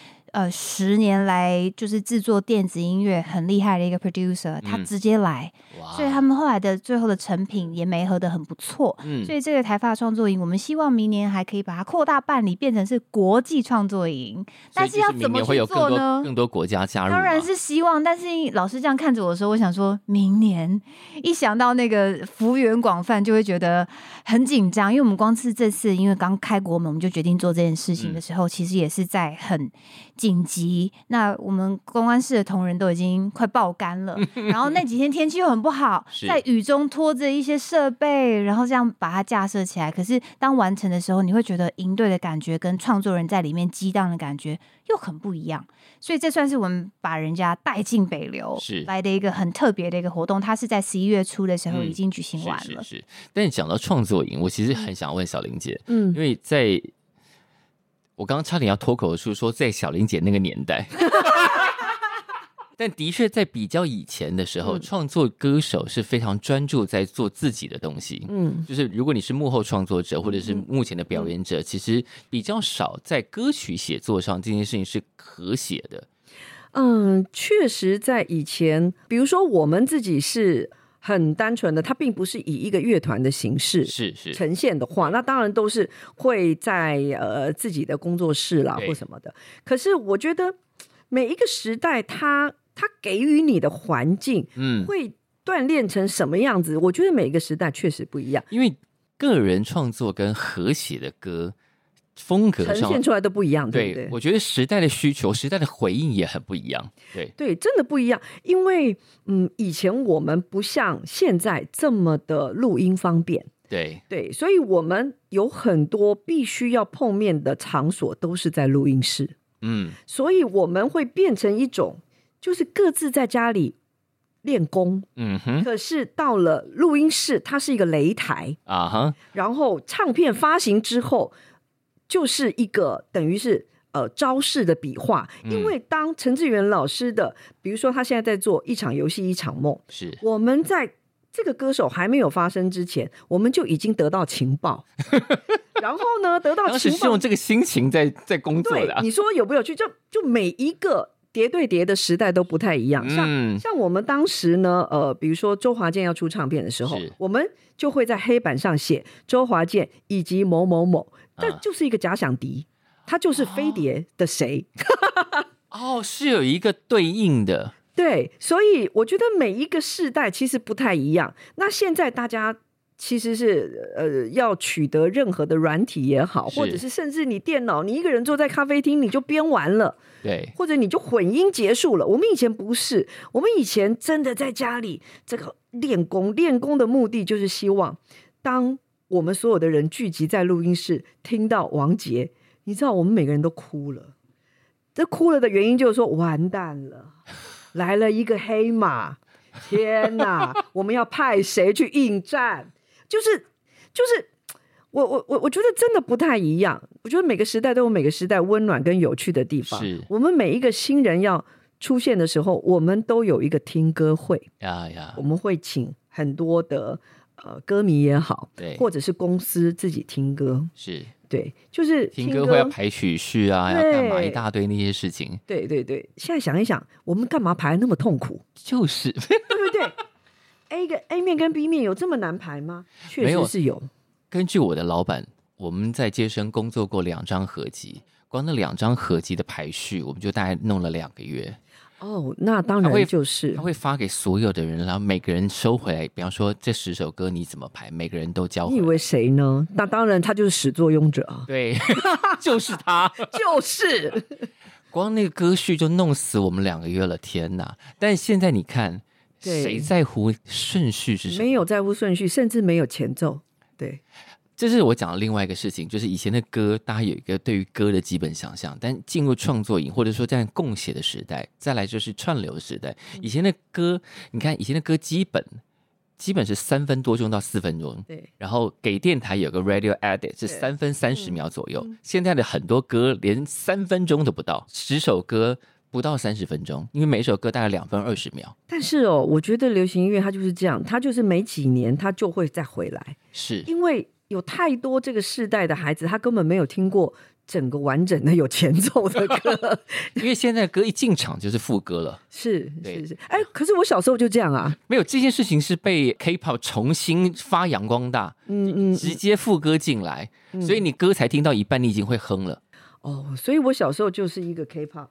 10年来就是制作电子音乐很厉害的一个 producer， 他直接来，所以他们后来的最后的成品也媒合得很不错。所以这个台法创作营，我们希望明年还可以把它扩大办理，变成是国际创作营。但是要怎么去做呢？ 更多国家加入， 当然是希望。但是老师这样看着我的时候，我想说明年一想到那个幅员广泛，就会觉得很紧张。因为我们光是这次因为刚开国门，我们就决定做这件事情的时候，其实也是在很紧急。那我们公关室的同仁都已经快爆肝了，然后那几天天气又很不好，在雨中拖着一些设备，然后这样把它架设起来。可是当完成的时候，你会觉得营队的感觉跟创作人在里面激荡的感觉又很不一样。所以这算是我们把人家带进北流来的一个很特别的一个活动。它是在11月初的时候已经举行完了。 是。但讲到创作营，我其实很想问小玲姐，因为我刚刚差点要脱口而出说在小玲姐那个年代但的确在比较以前的时候，创作歌手是非常专注在做自己的东西，就是如果你是幕后创作者或者是目前的表演者，其实比较少在歌曲写作上这件事情是可写的。 确实在以前，比如说我们自己是很单纯的，它并不是以一个乐团的形式呈现的话，那当然都是会在自己的工作室啦或什么的。可是我觉得每一个时代它给予你的环境会锻炼成什么样子，我觉得每一个时代确实不一样， 因为个人创作跟合写的歌风格上呈现出来都不一样，对不对？ 我觉得时代的需求、时代的回应也很不一样， 对，真的不一样。因为以前我们不像现在这么的录音方便，对，所以我们有很多必须要碰面的场所都是在录音室，所以我们会变成一种就是各自在家里练功，可是到了录音室它是一个擂台然后唱片发行之后就是一个等于是招式的比划，因为当陈志远老师的比如说他现在在做一场游戏一场梦， 是我们在这个歌手还没有发生之前，我们就已经得到情报然后呢得到情报， 当时是用这个心情在工作的， 对，你说有没有趣？就每一个叠对叠的时代都不太一样，像我们当时呢，比如说周华健要出唱片的时候，我们就会在黑板上写周华健以及某某某，但就是一个假想敌，他就是飞碟的谁是有一个对应的， 对，所以我觉得每一个世代其实不太一样。那现在大家其实是要取得任何的软体也好，或者是甚至你电脑，你一个人坐在咖啡厅你就编完了， 对， 或者你就混音结束了。我们以前不是，我们以前真的在家里这个练功的目的就是希望当我们所有的人聚集在录音室听到王杰，你知道我们每个人都哭了。这哭了的原因就是说完蛋了，来了一个黑马，天哪我们要派谁去应战，就是我觉得真的不太一样。我觉得每个时代都有每个时代温暖跟有趣的地方，我们每一个新人要出现的时候，我们都有一个听歌会，我们会请很多的歌迷也好，或者是公司自己听歌，对，就是听歌会要排曲序啊，要干嘛一大堆那些事情， 对，现在想一想我们干嘛排那么痛苦， 就是对不对？ A 面跟 B 面有这么难排吗？确实是有。 根据我的老板，我们在接生工作过2张合集，光那2张合集的排序，我们就大概弄了2个月。 哦，那当然就是他会发给所有的人，然后每个人收回来。比方说这10首歌你怎么排，每个人都交回来。 你以为谁呢？那当然他就是始作俑者啊。 对，就是他， 就是光那个歌序就弄死我们2个月了，天哪！但现在你看，谁在乎顺序是什么？ 没有在乎顺序，甚至没有前奏。对。 这是我讲的另外一个事情，就是以前的歌，大家有一个对于歌的基本想象，但进入创作营或者说在共写的时代，再来就是串流的时代。以前的歌，你看以前的歌基本是3分多钟到4分钟， 对。 然后给电台有个 radio edit 是3分30秒左右。现在的很多歌连3分钟都不到，10首歌不到30分钟，因为每首歌大概2分20秒。 但是我觉得流行音乐它就是这样，它就是每几年它就会再回来， 是因为有太多这个世代的孩子，他根本没有听过整个完整的有前奏的歌， 因为现在歌一进场就是副歌了。 是，可是我小时候就这样啊。 没有，这件事情是被 K-pop 重新发扬光大，直接副歌进来，所以你歌才听到一半，你已经会哼了。 所以我小时候就是一个 K-pop。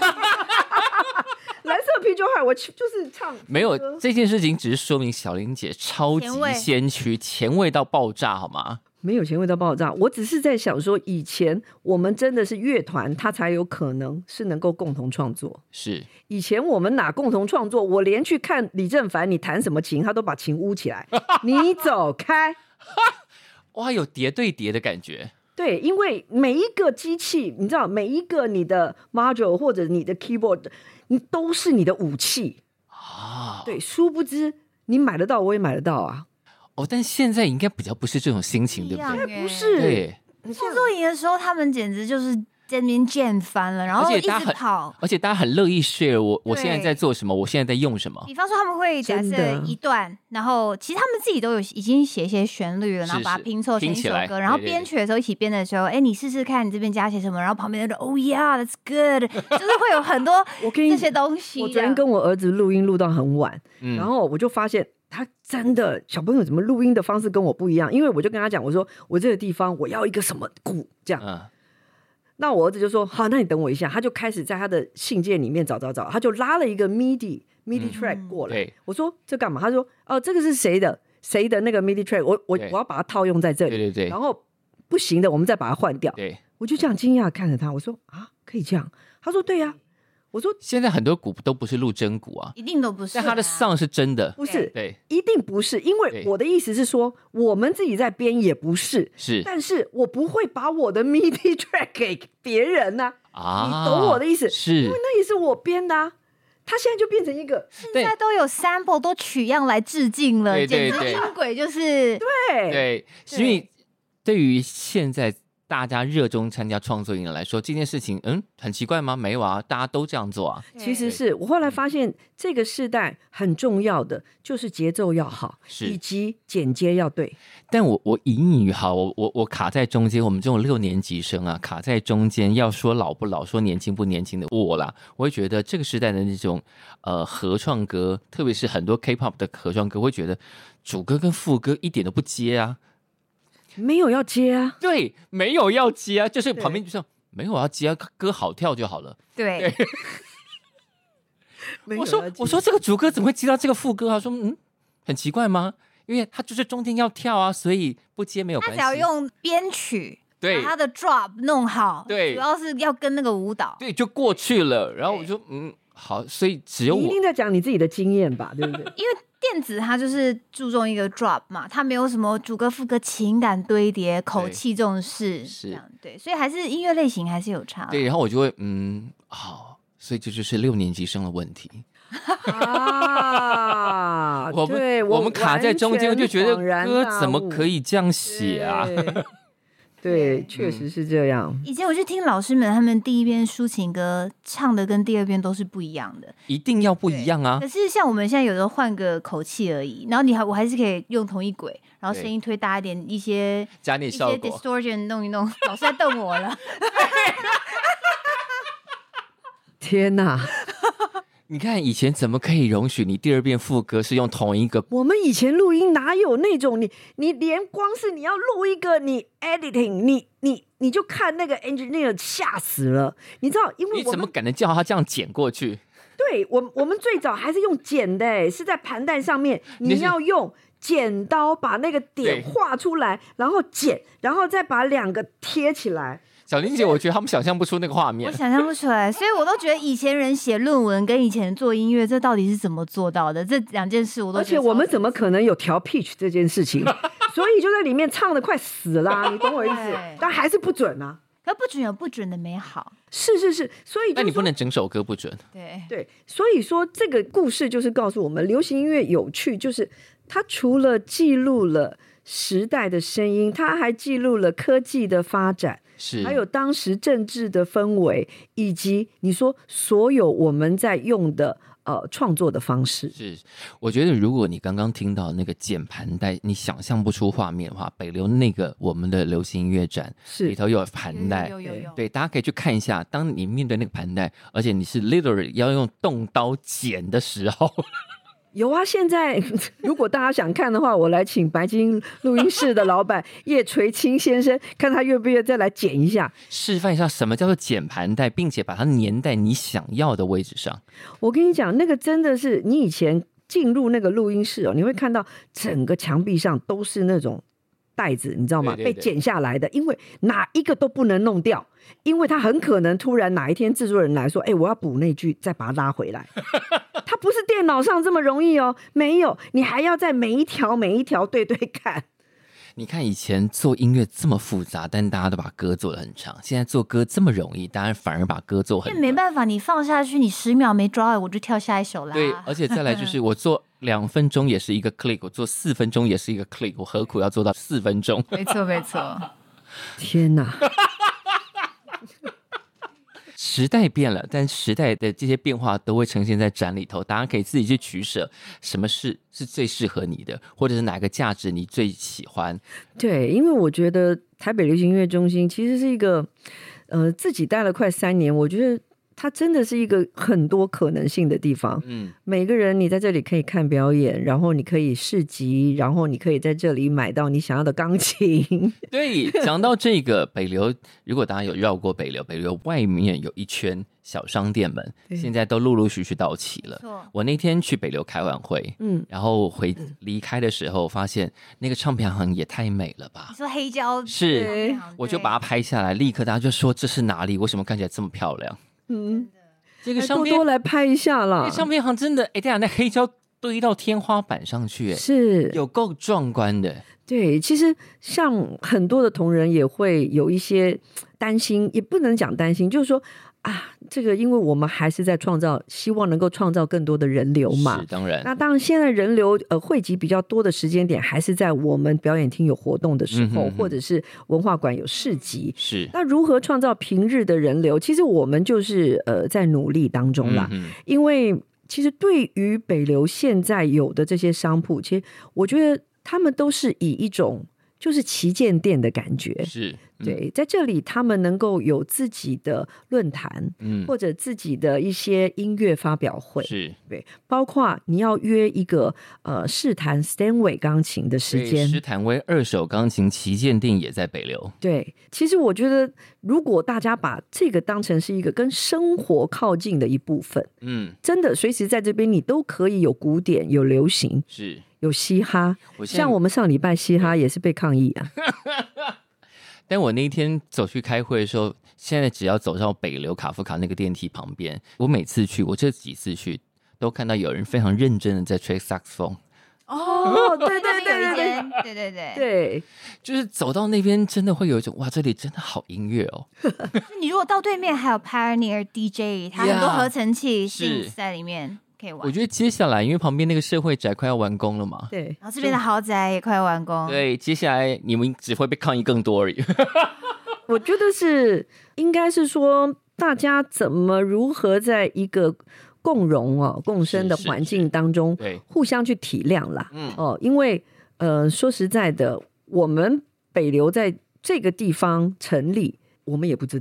蓝色啤酒海，我就是唱。 没有，这件事情只是说明小玲姐超级先驱，前卫到爆炸，好吗？ 没有前卫到爆炸，我只是在想说，以前我们真的是乐团，它才有可能是能够共同创作。 是， 以前我们哪共同创作？我连去看李正凡，你弹什么琴，他都把琴捂起来，你走开。 哇，有叠对叠的感觉。 对，因为每一个机器，你知道，每一个你的 module 或者你的 keyboard， 你都是你的武器啊。对，殊不知你买得到，我也买得到啊。 但现在应该比较不是这种心情，对不对？ 不是。 对， 创作营的时候，他们简直就是在那边键翻了，然后一直跑， 而且大家很乐意 share 我现在在做什么，我现在在用什么。 比方说他们会假设一段，然后其实他们自己都有已经写一些旋律了，然后把它拼凑成一首歌，然后编曲的时候一起编的时候，你试试看你这边加些什么，然后旁边的人 Oh yeah that's good， 就是会有很多这些东西。 我昨天跟我儿子录音录到很晚，然后我就发现他真的小朋友怎么录音的方式跟我不一样，因为我就跟他讲，我说我这个地方我要一个什么鼓这样。那我儿子就说好，那你等我一下，他就开始在他的信件里面找，他就拉了一个 MIDI track 过来。我说这干嘛？他说这个是谁的那个 MIDI track， 我要把它套用在这里。对，然后不行的我们再把它换掉。对，我就这样惊讶看着他，我说可以这样？他说对呀。我说现在很多鼓都不是录真鼓啊， 一定都不是， 但他的 sound 是真的， 不是， 对， 一定不是，因为我的意思是说，我们自己在编也不是，但是我不会把我的 MIDI track 给别人啊，你懂我的意思？ 是， 因为那也是我编的啊，他现在就变成一个， 现在都有 sample 都取样来致敬了，简直音轨就是对，所以对于现在大家热衷参加创作营来说，这件事情很奇怪吗？没有啊，大家都这样做啊。 其实是我后来发现，这个世代很重要的就是节奏要好，以及剪接要对。 但我隐隐于好，我卡在中间，我们这种6年级生啊，卡在中间，要说老不老，说年轻不年轻的我啦，我会觉得这个时代的那种合创歌，特别是很多 K-pop 的合创歌，会觉得主歌跟副歌一点都不接啊。 没有要接啊， 对，没有要接啊，就是旁边就说没有要接啊，歌好跳就好了。 对， 我说这个主歌怎么会接到这个副歌？他说很奇怪吗？因为他就是中间要跳啊，所以不接没有关系。 他只要用编曲把他的 drop 弄好，对，主要是要跟那个舞蹈， 对，就过去了。然后我就好，所以只有我你一定在讲你自己的经验吧，对不对？ 因为电子它就是注重一个 drop 嘛，它没有什么主歌副歌情感堆叠、口气这种事，是这样对，所以还是音乐类型还是有差。 对，然后我就会好，所以这就是6年级生的问题啊。对， 我们卡在中间，就觉得歌怎么可以这样写啊？ 对，确实是这样。 以前我去听老师们他们第一遍抒情歌唱的跟第二遍都是不一样的， 一定要不一样啊。 可是像我们现在有时候换个口气而已，然后我还是可以用同一轨，然后声音推大一点，一些加点效果， 一些 distortion 弄一弄。老师在瞪我了， 天哪！ 你看以前怎么可以容许你第二遍副歌是用同一个？ 我们以前录音哪有那种你连光是你要录一个你 editing 你就看那个 engineer 吓死了，你知道？因为你怎么敢能叫他这样剪过去？ 对，我们最早还是用剪的，是在盘带上面，你要用剪刀把那个点画出来，然后剪，然后再把两个贴起来。 小玲姐，我觉得他们想象不出那个画面， 我想象不出来，所以我都觉得以前人写论文跟以前做音乐，这到底是怎么做到的？这两件事我都觉得， 而且我们怎么可能有调 pitch 这件事情？所以就在里面唱的快死啦，你懂我意思？但还是不准啊。 可不准有不准的美好， 是，所以那你不能整首歌不准。 对，所以说这个故事就是告诉我们，流行音乐有趣，就是它除了记录了时代的声音，它还记录了科技的发展， 是还有当时政治的氛围，以及你说所有我们在用的创作的方式。 是，我觉得如果你刚刚听到那个键盘带，你想象不出画面的话，北流那个我们的流行音乐展里头有盘带， 有， 对，大家可以去看一下。当你面对那个盘带，而且你是 literally 要用动刀剪的时候。 有啊，现在如果大家想看的话，我来请白金录音室的老板叶垂青先生，看他愿不愿意再来剪一下， 示范一下什么叫做剪盘带，并且把它粘在你想要的位置上。 我跟你讲，那个真的是你以前进入那个录音室你会看到整个墙壁上都是那种带子，你知道吗？ 对， 被剪下来的，因为哪一个都不能弄掉，因为他很可能突然哪一天制作人来说，我要补那句，再把它拉回来。它不是电脑上这么容易没有，你还要在每一条对看。 你看以前做音乐这么复杂，但大家都把歌做得很长，现在做歌这么容易，大家反而把歌做很短。 没办法，你放下去，你10秒没抓到，我就跳下一首啦。 对，而且再来就是我做2分钟也是一个 click， 我做4分钟也是一个 click， 我何苦要做到4分钟？ 没错。 天哪！ 时代变了，但时代的这些变化都会呈现在展里头，大家可以自己去取舍，什么是最适合你的，或者是哪个价值你最喜欢。 对，因为我觉得台北流行音乐中心其实是一个自己待了快3年，我觉得它真的是一个很多可能性的地方。每个人你在这里可以看表演，然后你可以市集，然后你可以在这里买到你想要的钢琴。 对，讲到这个北流，如果大家有绕过北流，北流外面有一圈小商店们，现在都陆陆续续到齐了。我那天去北流开完会，然后离开的时候，发现那个唱片行也太美了吧！ 你说黑胶是，我就把它拍下来，立刻大家就说这是哪里？为什么看起来这么漂亮？这个唱片多来拍一下啦！ 那唱片行真的，对啊，那黑胶堆到天花板上去， 是有够壮观的。 对，其实像很多的同仁也会有一些担心，也不能讲担心，就是说这个因为我们还是在希望能够创造更多的人流嘛。 是，当然。 那当然，现在人流汇集比较多的时间点，还是在我们表演厅有活动的时候，或者是文化馆有市集。 是。 那如何创造平日的人流？其实我们就是在努力当中啦。因为其实对于北流现在有的这些商铺，其实我觉得他们都是以一种就是旗舰店的感觉。 是。 对，在这里他们能够有自己的论坛，或者自己的一些音乐发表会， 是， 对，包括你要约一个试弹 Steinway 钢琴的时间， 试弹为2手钢琴旗舰店也在北流。 对，其实我觉得如果大家把这个当成是一个跟生活靠近的一部分，真的随时在这边你都可以有古典有流行， 是有嘻哈，像我们上礼拜嘻哈也是被抗议啊。 但我那一天走去开会的时候，现在只要走到北流卡夫卡那个电梯旁边，我每次去，我这几次去都看到有人非常认真的在吹萨克斯风。 对， 就是走到那边真的会有一种哇，这里真的好音乐哦。 你如果到对面还有 Pioneer DJ， 它很多合成器是在里面。 我觉得接下来因为旁边那个社会宅快要完工了嘛， 对， 然后这边的豪宅也快完工， 对，接下来你们只会被抗议更多而已。 我觉得应该是说大家如何在一个共荣共生的环境当中互相去体谅啦。因为说实在的，我们北流在这个地方成立，我们也不知道。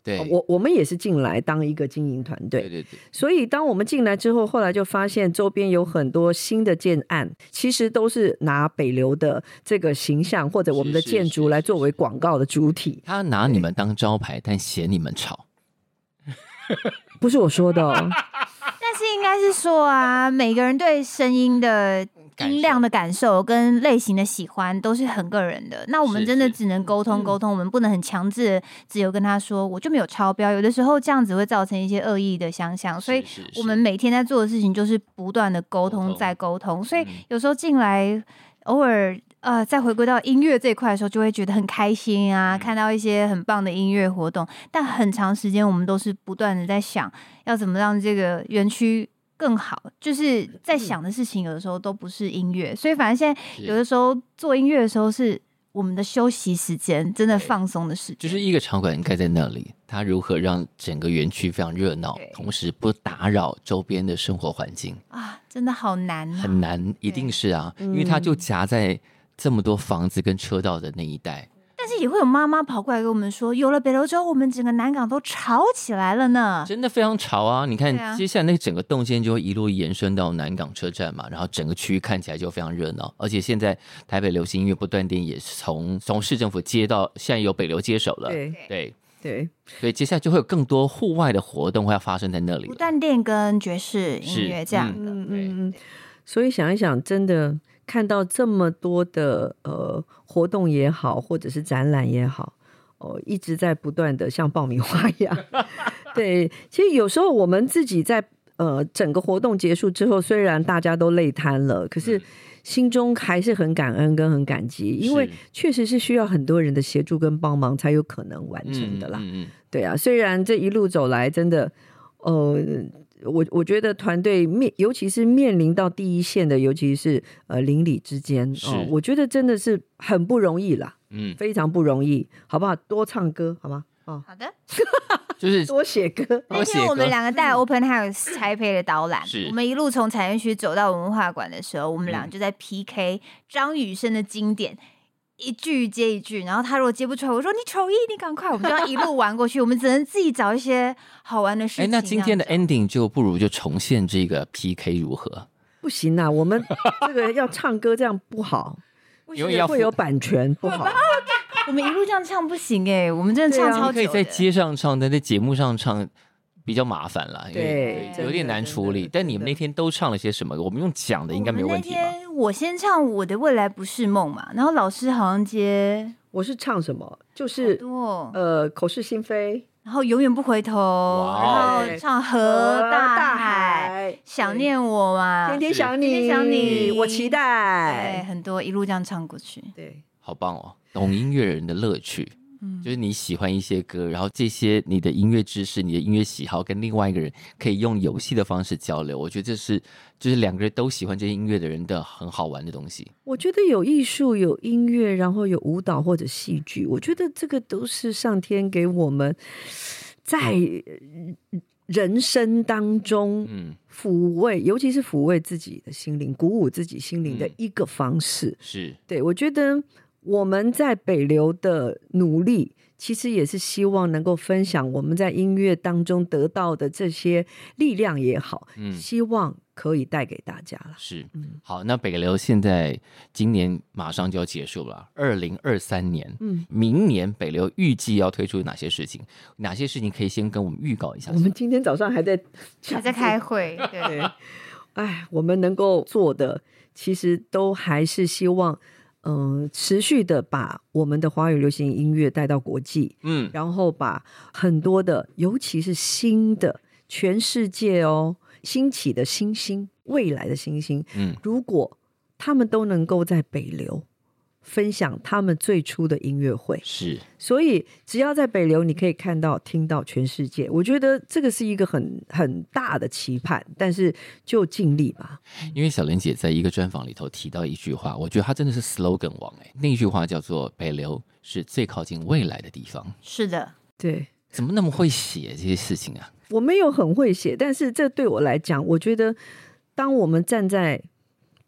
对， 我们也是进来当一个经营团队， 对， 所以当我们进来之后，后来就发现周边有很多新的建案，其实都是拿北流的这个形象或者我们的建筑来作为广告的主体。 他拿你们当招牌，但嫌你们吵， 不是我说的哦。 但是应该是说啊，每个人对声音的音量的感受跟类型的喜欢都是很个人的，那我们真的只能沟通，我们不能很强制的只有跟他说我就没有超标，有的时候这样子会造成一些恶意的想象，所以我们每天在做的事情就是不断的沟通再沟通，所以有时候进来偶尔再回归到音乐这一块的时候，就会觉得很开心啊，看到一些很棒的音乐活动，但很长时间我们都是不断的在想要怎么让这个园区更好，就是在想的事情有的时候都不是音乐，所以反正现在有的时候做音乐的时候是我们的休息时间，真的放松的时间。 就是一个场馆盖在那里，它如何让整个园区非常热闹，同时不打扰周边的生活环境啊，真的好难啊， 很难，一定是啊，因为它就夹在这么多房子跟车道的那一带。 但是也会有妈妈跑过来跟我们说，有了北流之后，我们整个南港都吵起来了呢。 真的非常吵啊！你看，接下来那整个动线就会一路延伸到南港车站嘛，然后整个区域看起来就非常热闹。而且现在台北流行音乐不断电也是从市政府接到，现在由北流接手了。对，所以接下来就会有更多户外的活动会要发生在那里。 不断电跟爵士音乐这样的， 所以想一想，真的。看到这么多的活动也好，或者是展览也好，一直在不断的像爆米花一样。对，其实有时候我们自己在整个活动结束之后，虽然大家都累瘫了，可是心中还是很感恩跟很感激，因为确实是需要很多人的协助跟帮忙才有可能完成的啦。对啊，虽然这一路走来真的我觉得团队尤其是面临到第一线的，尤其是邻里之间，我觉得真的是很不容易啦，非常不容易，好不好？多唱歌，好吗？ 好的， 就是多写歌。 那天我们两个带 Open House 台北的导览，我们一路从产业区走到文化馆的时候，我们俩就在 PK 张雨生的经典。一句接一句，然后他如果接不出来，我说你丑一，你赶快，我们就要一路玩过去。我们只能自己找一些好玩的事情。 那今天的 ending 就不如就重现这个 PK 如何？ 不行啊，我们这个要唱歌这样不好，因为会有版权不好。 我们一路这样唱不行我们真的唱超久的。 可以在街上唱，但在节目上唱比较麻烦啦， 对， 有点难处理。但你们那天都唱了些什么？我们用讲的应该没有问题吧？ 我先唱我的未来不是梦嘛，然后老师好像接我是唱什么？就是口是心非， 然后永远不回头，然后唱河大海，想念我嘛， 天天想你，我期待， 对，很多一路这样唱过去， 对， 好棒哦，懂音乐人的乐趣。就是你喜欢一些歌，然后这些你的音乐知识、你的音乐喜好跟另外一个人可以用游戏的方式交流，我觉得这是就是两个人都喜欢这些音乐的人的很好玩的东西。 我觉得有艺术、有音乐，然后有舞蹈或者戏剧，我觉得这个都是上天给我们在人生当中抚慰，尤其是抚慰自己的心灵、鼓舞自己心灵的一个方式。 是， 对，我觉得我们在北流的努力，其实也是希望能够分享我们在音乐当中得到的这些力量也好，希望可以带给大家了。 是，好，那北流现在今年马上就要结束了，2023年，明年北流预计要推出哪些事情？哪些事情可以先跟我们预告一下？ 我们今天早上还在开会，对， 我们能够做的，其实都还是希望。持续的把我们的华语流行音乐带到国际，然后把很多的，尤其是新的全世界兴起的新星，未来的新星，如果他们都能够在北流分享他们最初的音乐会， 是， 所以只要在北流，你可以看到、听到全世界。我觉得这个是一个很大的期盼，但是就尽力吧。 因为小莲姐在一个专访里头提到一句话，我觉得她真的是 slogan 王那句话叫做"北流是最靠近未来的地方"。 是的， 对， 怎么那么会写这些事情啊？ 我没有很会写，但是这对我来讲，我觉得当我们站在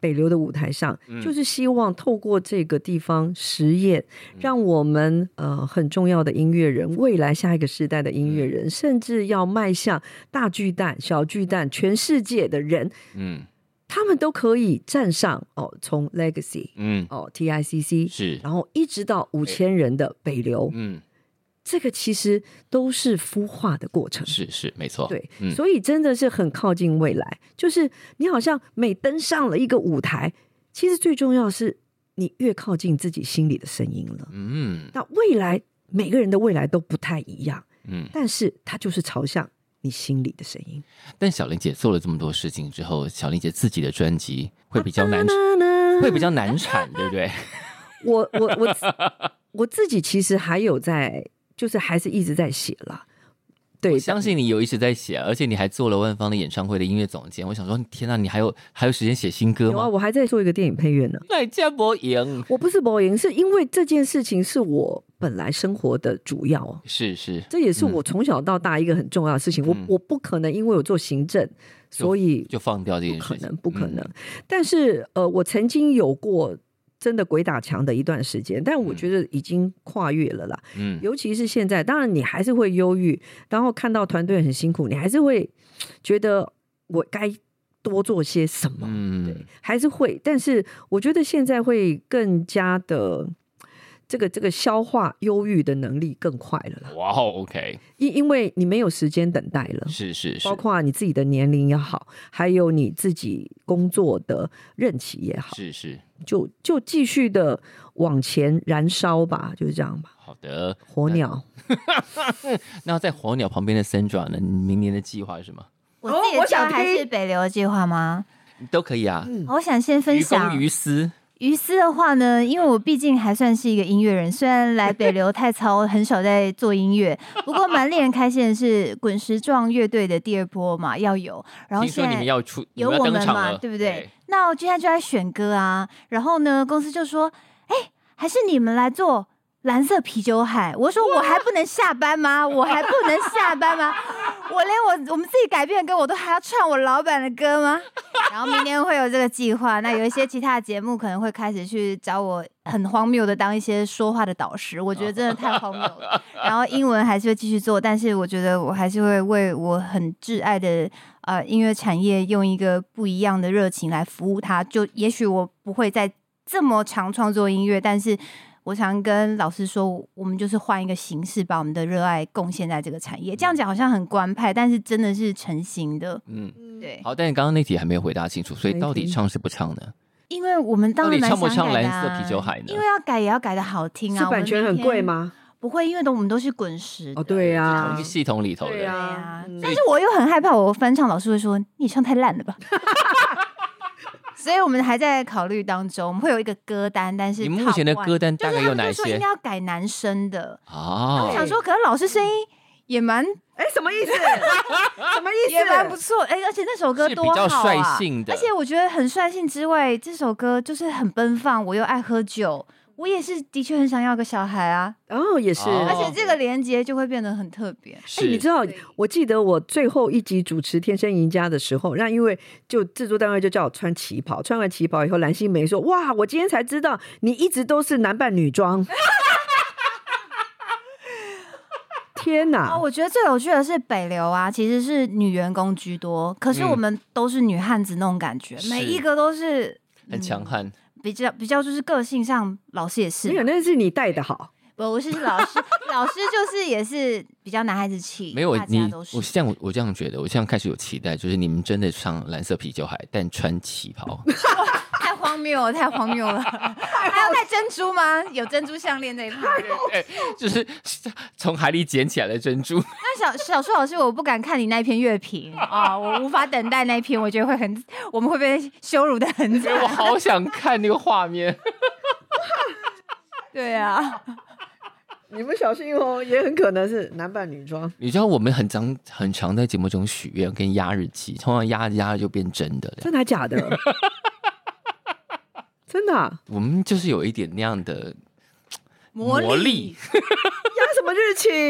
北流的舞台上，就是希望透过这个地方实验，让我们很重要的音乐人，未来下一个时代的音乐人，甚至要迈向大巨蛋、小巨蛋，全世界的人，他们都可以站上从 Legacy，TICC 是， 然后一直到5000人的北流，这个其实都是孵化的过程， 是没错， 对，所以真的是很靠近未来。就是你好像每登上了一个舞台，其实最重要是你越靠近自己心里的声音了。那未来每个人的未来都不太一样，但是它就是朝向你心里的声音。 但小玲姐做了这么多事情之后，小玲姐自己的专辑会比较难，产，对不对？ 我自己其实还有在。就是还是一直在写啦，对， 我相信你有一直在写，而且你还做了万芳的演唱会的音乐总监。我想说，天哪，你还有时间写新歌吗？ 有啊，我还在做一个电影配乐呢。 那叫播赢？ 我不是播赢，是因为这件事情是我本来生活的主要， 是， 这也是我从小到大一个很重要的事情。我不可能因为我做行政，所以就放掉这件事情， 不可能。但是我曾经有过。真的鬼打墙的一段时间，但我觉得已经跨越了啦。尤其是现在，当然你还是会忧郁，然后看到团队很辛苦，你还是会觉得我该多做些什么。对，还是会。但是我觉得现在会更加的这个消化忧郁的能力更快了啦。 哇 ，OK， 因为你没有时间等待了， 是， 包括你自己的年龄也好，还有你自己工作的任期也好， 是， 就继续的往前燃烧吧，就是这样吧。 好的， 火鸟。 那在火鸟旁边的 Sandra 呢？你明年的计划是什么？ 我自己的计划还是北流的计划吗？ 都可以啊。 我想先分享于公于私。 于私的话呢，因为我毕竟还算是一个音乐人，虽然来北流太操，很少在做音乐，不过蛮令人开心的是，滚石壮乐队的第2波嘛要有，然后现在听说你们有我们嘛，对不对？那我现在就在选歌啊，然后呢，公司就说，还是你们来做蓝色啤酒海。我说我还不能下班吗？我还不能下班吗？我连我们自己改编的歌我都还要唱我老板的歌吗？然后明年会有这个计划，那有一些其他的节目可能会开始去找我很荒谬的当一些说话的导师，我觉得真的太荒谬了。然后英文还是会继续做，但是我觉得我还是会为我很挚爱的音乐产业用一个不一样的热情来服务它。就也许我不会再这么常创作音乐，但是我常跟老师说，我们就是换一个形式，把我们的热爱贡献在这个产业。这样讲好像很官派，但是真的是诚心的。对。 好，但是刚刚那题还没有回答清楚，所以到底唱是不唱呢？ 因为我们当然蛮想改的、 到底唱不唱蓝色啤酒海呢？ 因为要改也要改的好听啊。 是版权很贵吗？ 不会，因为我们都是滚石的。 对呀， 同一个系统里头的。 对啊。但是我又很害怕，我翻唱老师会说你唱太烂了吧。所以我们还在考虑当中，我们会有一个歌单，但是你目前的歌单大概有哪些？ 就是说应该要改男生的哦。 我想说，可是老师声音也蛮什么意思？什么意思？ 也蛮不错而且那首歌多好啊， 是比较率性的， 而且我觉得很率性之外，这首歌就是很奔放，我又爱喝酒。我也是的确很想要个小孩啊， 也是，而且这个连结就会变得很特别。 你知道，我记得我最后一集主持《天生赢家》的时候，那因为就制作单位就叫我穿旗袍，穿完旗袍以后，蓝心湄说：“哇，我今天才知道你一直都是男扮女装。”天哪！ 我觉得最有趣的是北流啊，其实是女员工居多，可是我们都是女汉子那种感觉，每一个都是很强悍。 比较就是个性上，老师也是没有，那是你带的好。 不是老师，老师就是也是比较男孩子气。 没有我这样觉得，我这样开始有期待，就是你们真的唱蓝色啤酒海，但穿旗袍。 太荒谬了，太荒谬了！还要戴珍珠吗？有珍珠项链那一趴， 就是从海里捡起来的珍珠。 那小树老师，我不敢看你那篇乐评啊，我无法等待那篇，我觉得我们会被羞辱的很惨。 我好想看那个画面。 对啊。 你们小心哦，也很可能是男扮女装。 你知道我们很常在节目中许愿跟压日期，通常压着就变真的了。 真的还假的？真的我们就是有一点那样的魔力。 压什么日期？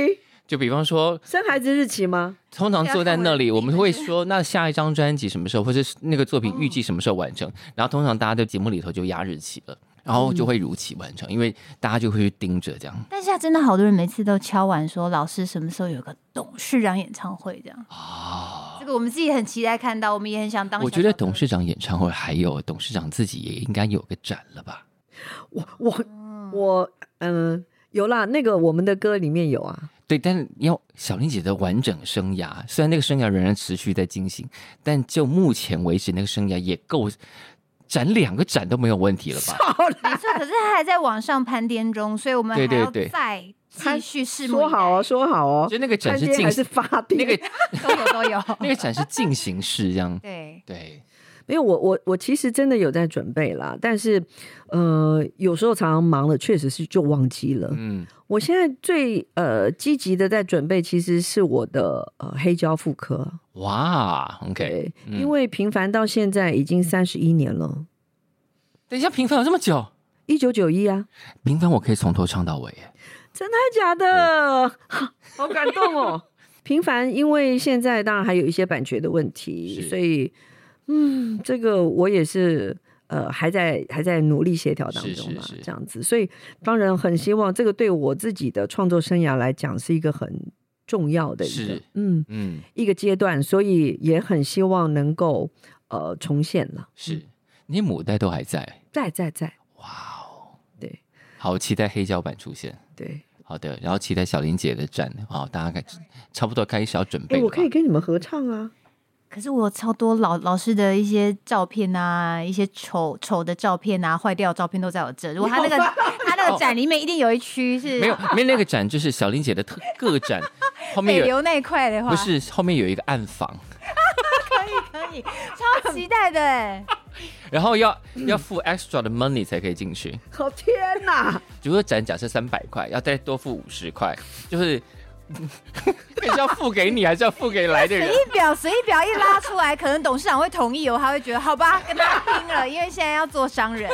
就比方说生孩子日期吗？ 通常坐在那里，我们会说那下一张专辑什么时候，或者那个作品预计什么时候完成，然后通常大家在节目里头就压日期了。然后就会如期完成，因为大家就会去盯着这样。 但是真的好多人每次都敲完说，老师什么时候有个董事长演唱会这样啊？这个我们自己很期待看到，我们也很想当。 我觉得董事长演唱会还有董事长自己也应该有个展了吧？ 我有啦，那个我们的歌里面有啊。 对，但要小林姐的完整生涯，虽然那个生涯仍然持续在进行，但就目前为止，那个生涯也够。展2个展都没有问题了吧？ 没错，可是他还在往上攀颠中，所以我们还要再继续拭目以待。 说好哦， 就那个展是还是发电， 那个都有， 那个展是进行式这样。 对， 没有我其实真的有在准备啦，但是有时候常常忙了，确实是就忘记了。我现在最积极的在准备，其实是我的黑胶复刻。 哇 ，OK， 因为平凡到现在已经31年了。 等一下，平凡有这么久 ？1991啊， 平凡我可以从头唱到尾耶， 真的还假的？好感动哦！平凡因为现在当然还有一些版权的问题，所以这个我也是还在努力协调当中嘛，这样子，所以当然很希望这个对我自己的创作生涯来讲是一个很重要的一个一个阶段，所以也很希望能够重现了。 是，你母带都还在， 在， 哇哦， 对， 好期待黑胶版出现， 对， 好的，然后期待小林姐的展，好，大家差不多开始要准备了。 我可以跟你们合唱啊。 可是我有超多老师的一些照片啊，一些丑的照片啊，坏掉的照片都在我这。如果他那个展里面一定有一区是没有那个展，就是小林姐的个展后面北流那一块的话， 不是后面有一个暗房， 可以，超期待的。 然后要付 extra 的 money 才可以进去。 好天哪！ 比如说展假设300块，要再多付50块，就是是要付给你还是要付给来的人？ 随意表一拉出来，可能董事长会同意哦，他会觉得好吧，跟他拼了，因为现在要做商人，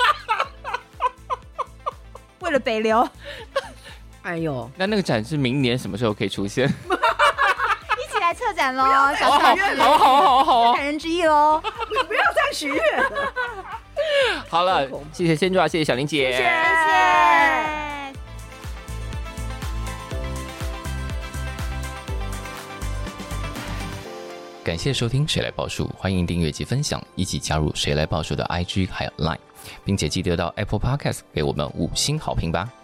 为了北流。 哎呦， 那个展是明年什么时候可以出现？ 一起来策展喽！ 好好， 感人之一喽！ 你不要再许愿了。 好了，谢谢先抓，谢谢小林姐， 谢谢。 感谢收听《谁来报数》，欢迎订阅及分享，一起加入《谁来报数》的 IG 还有 Line， 并且记得到 Apple Podcast 给我们5星好评吧。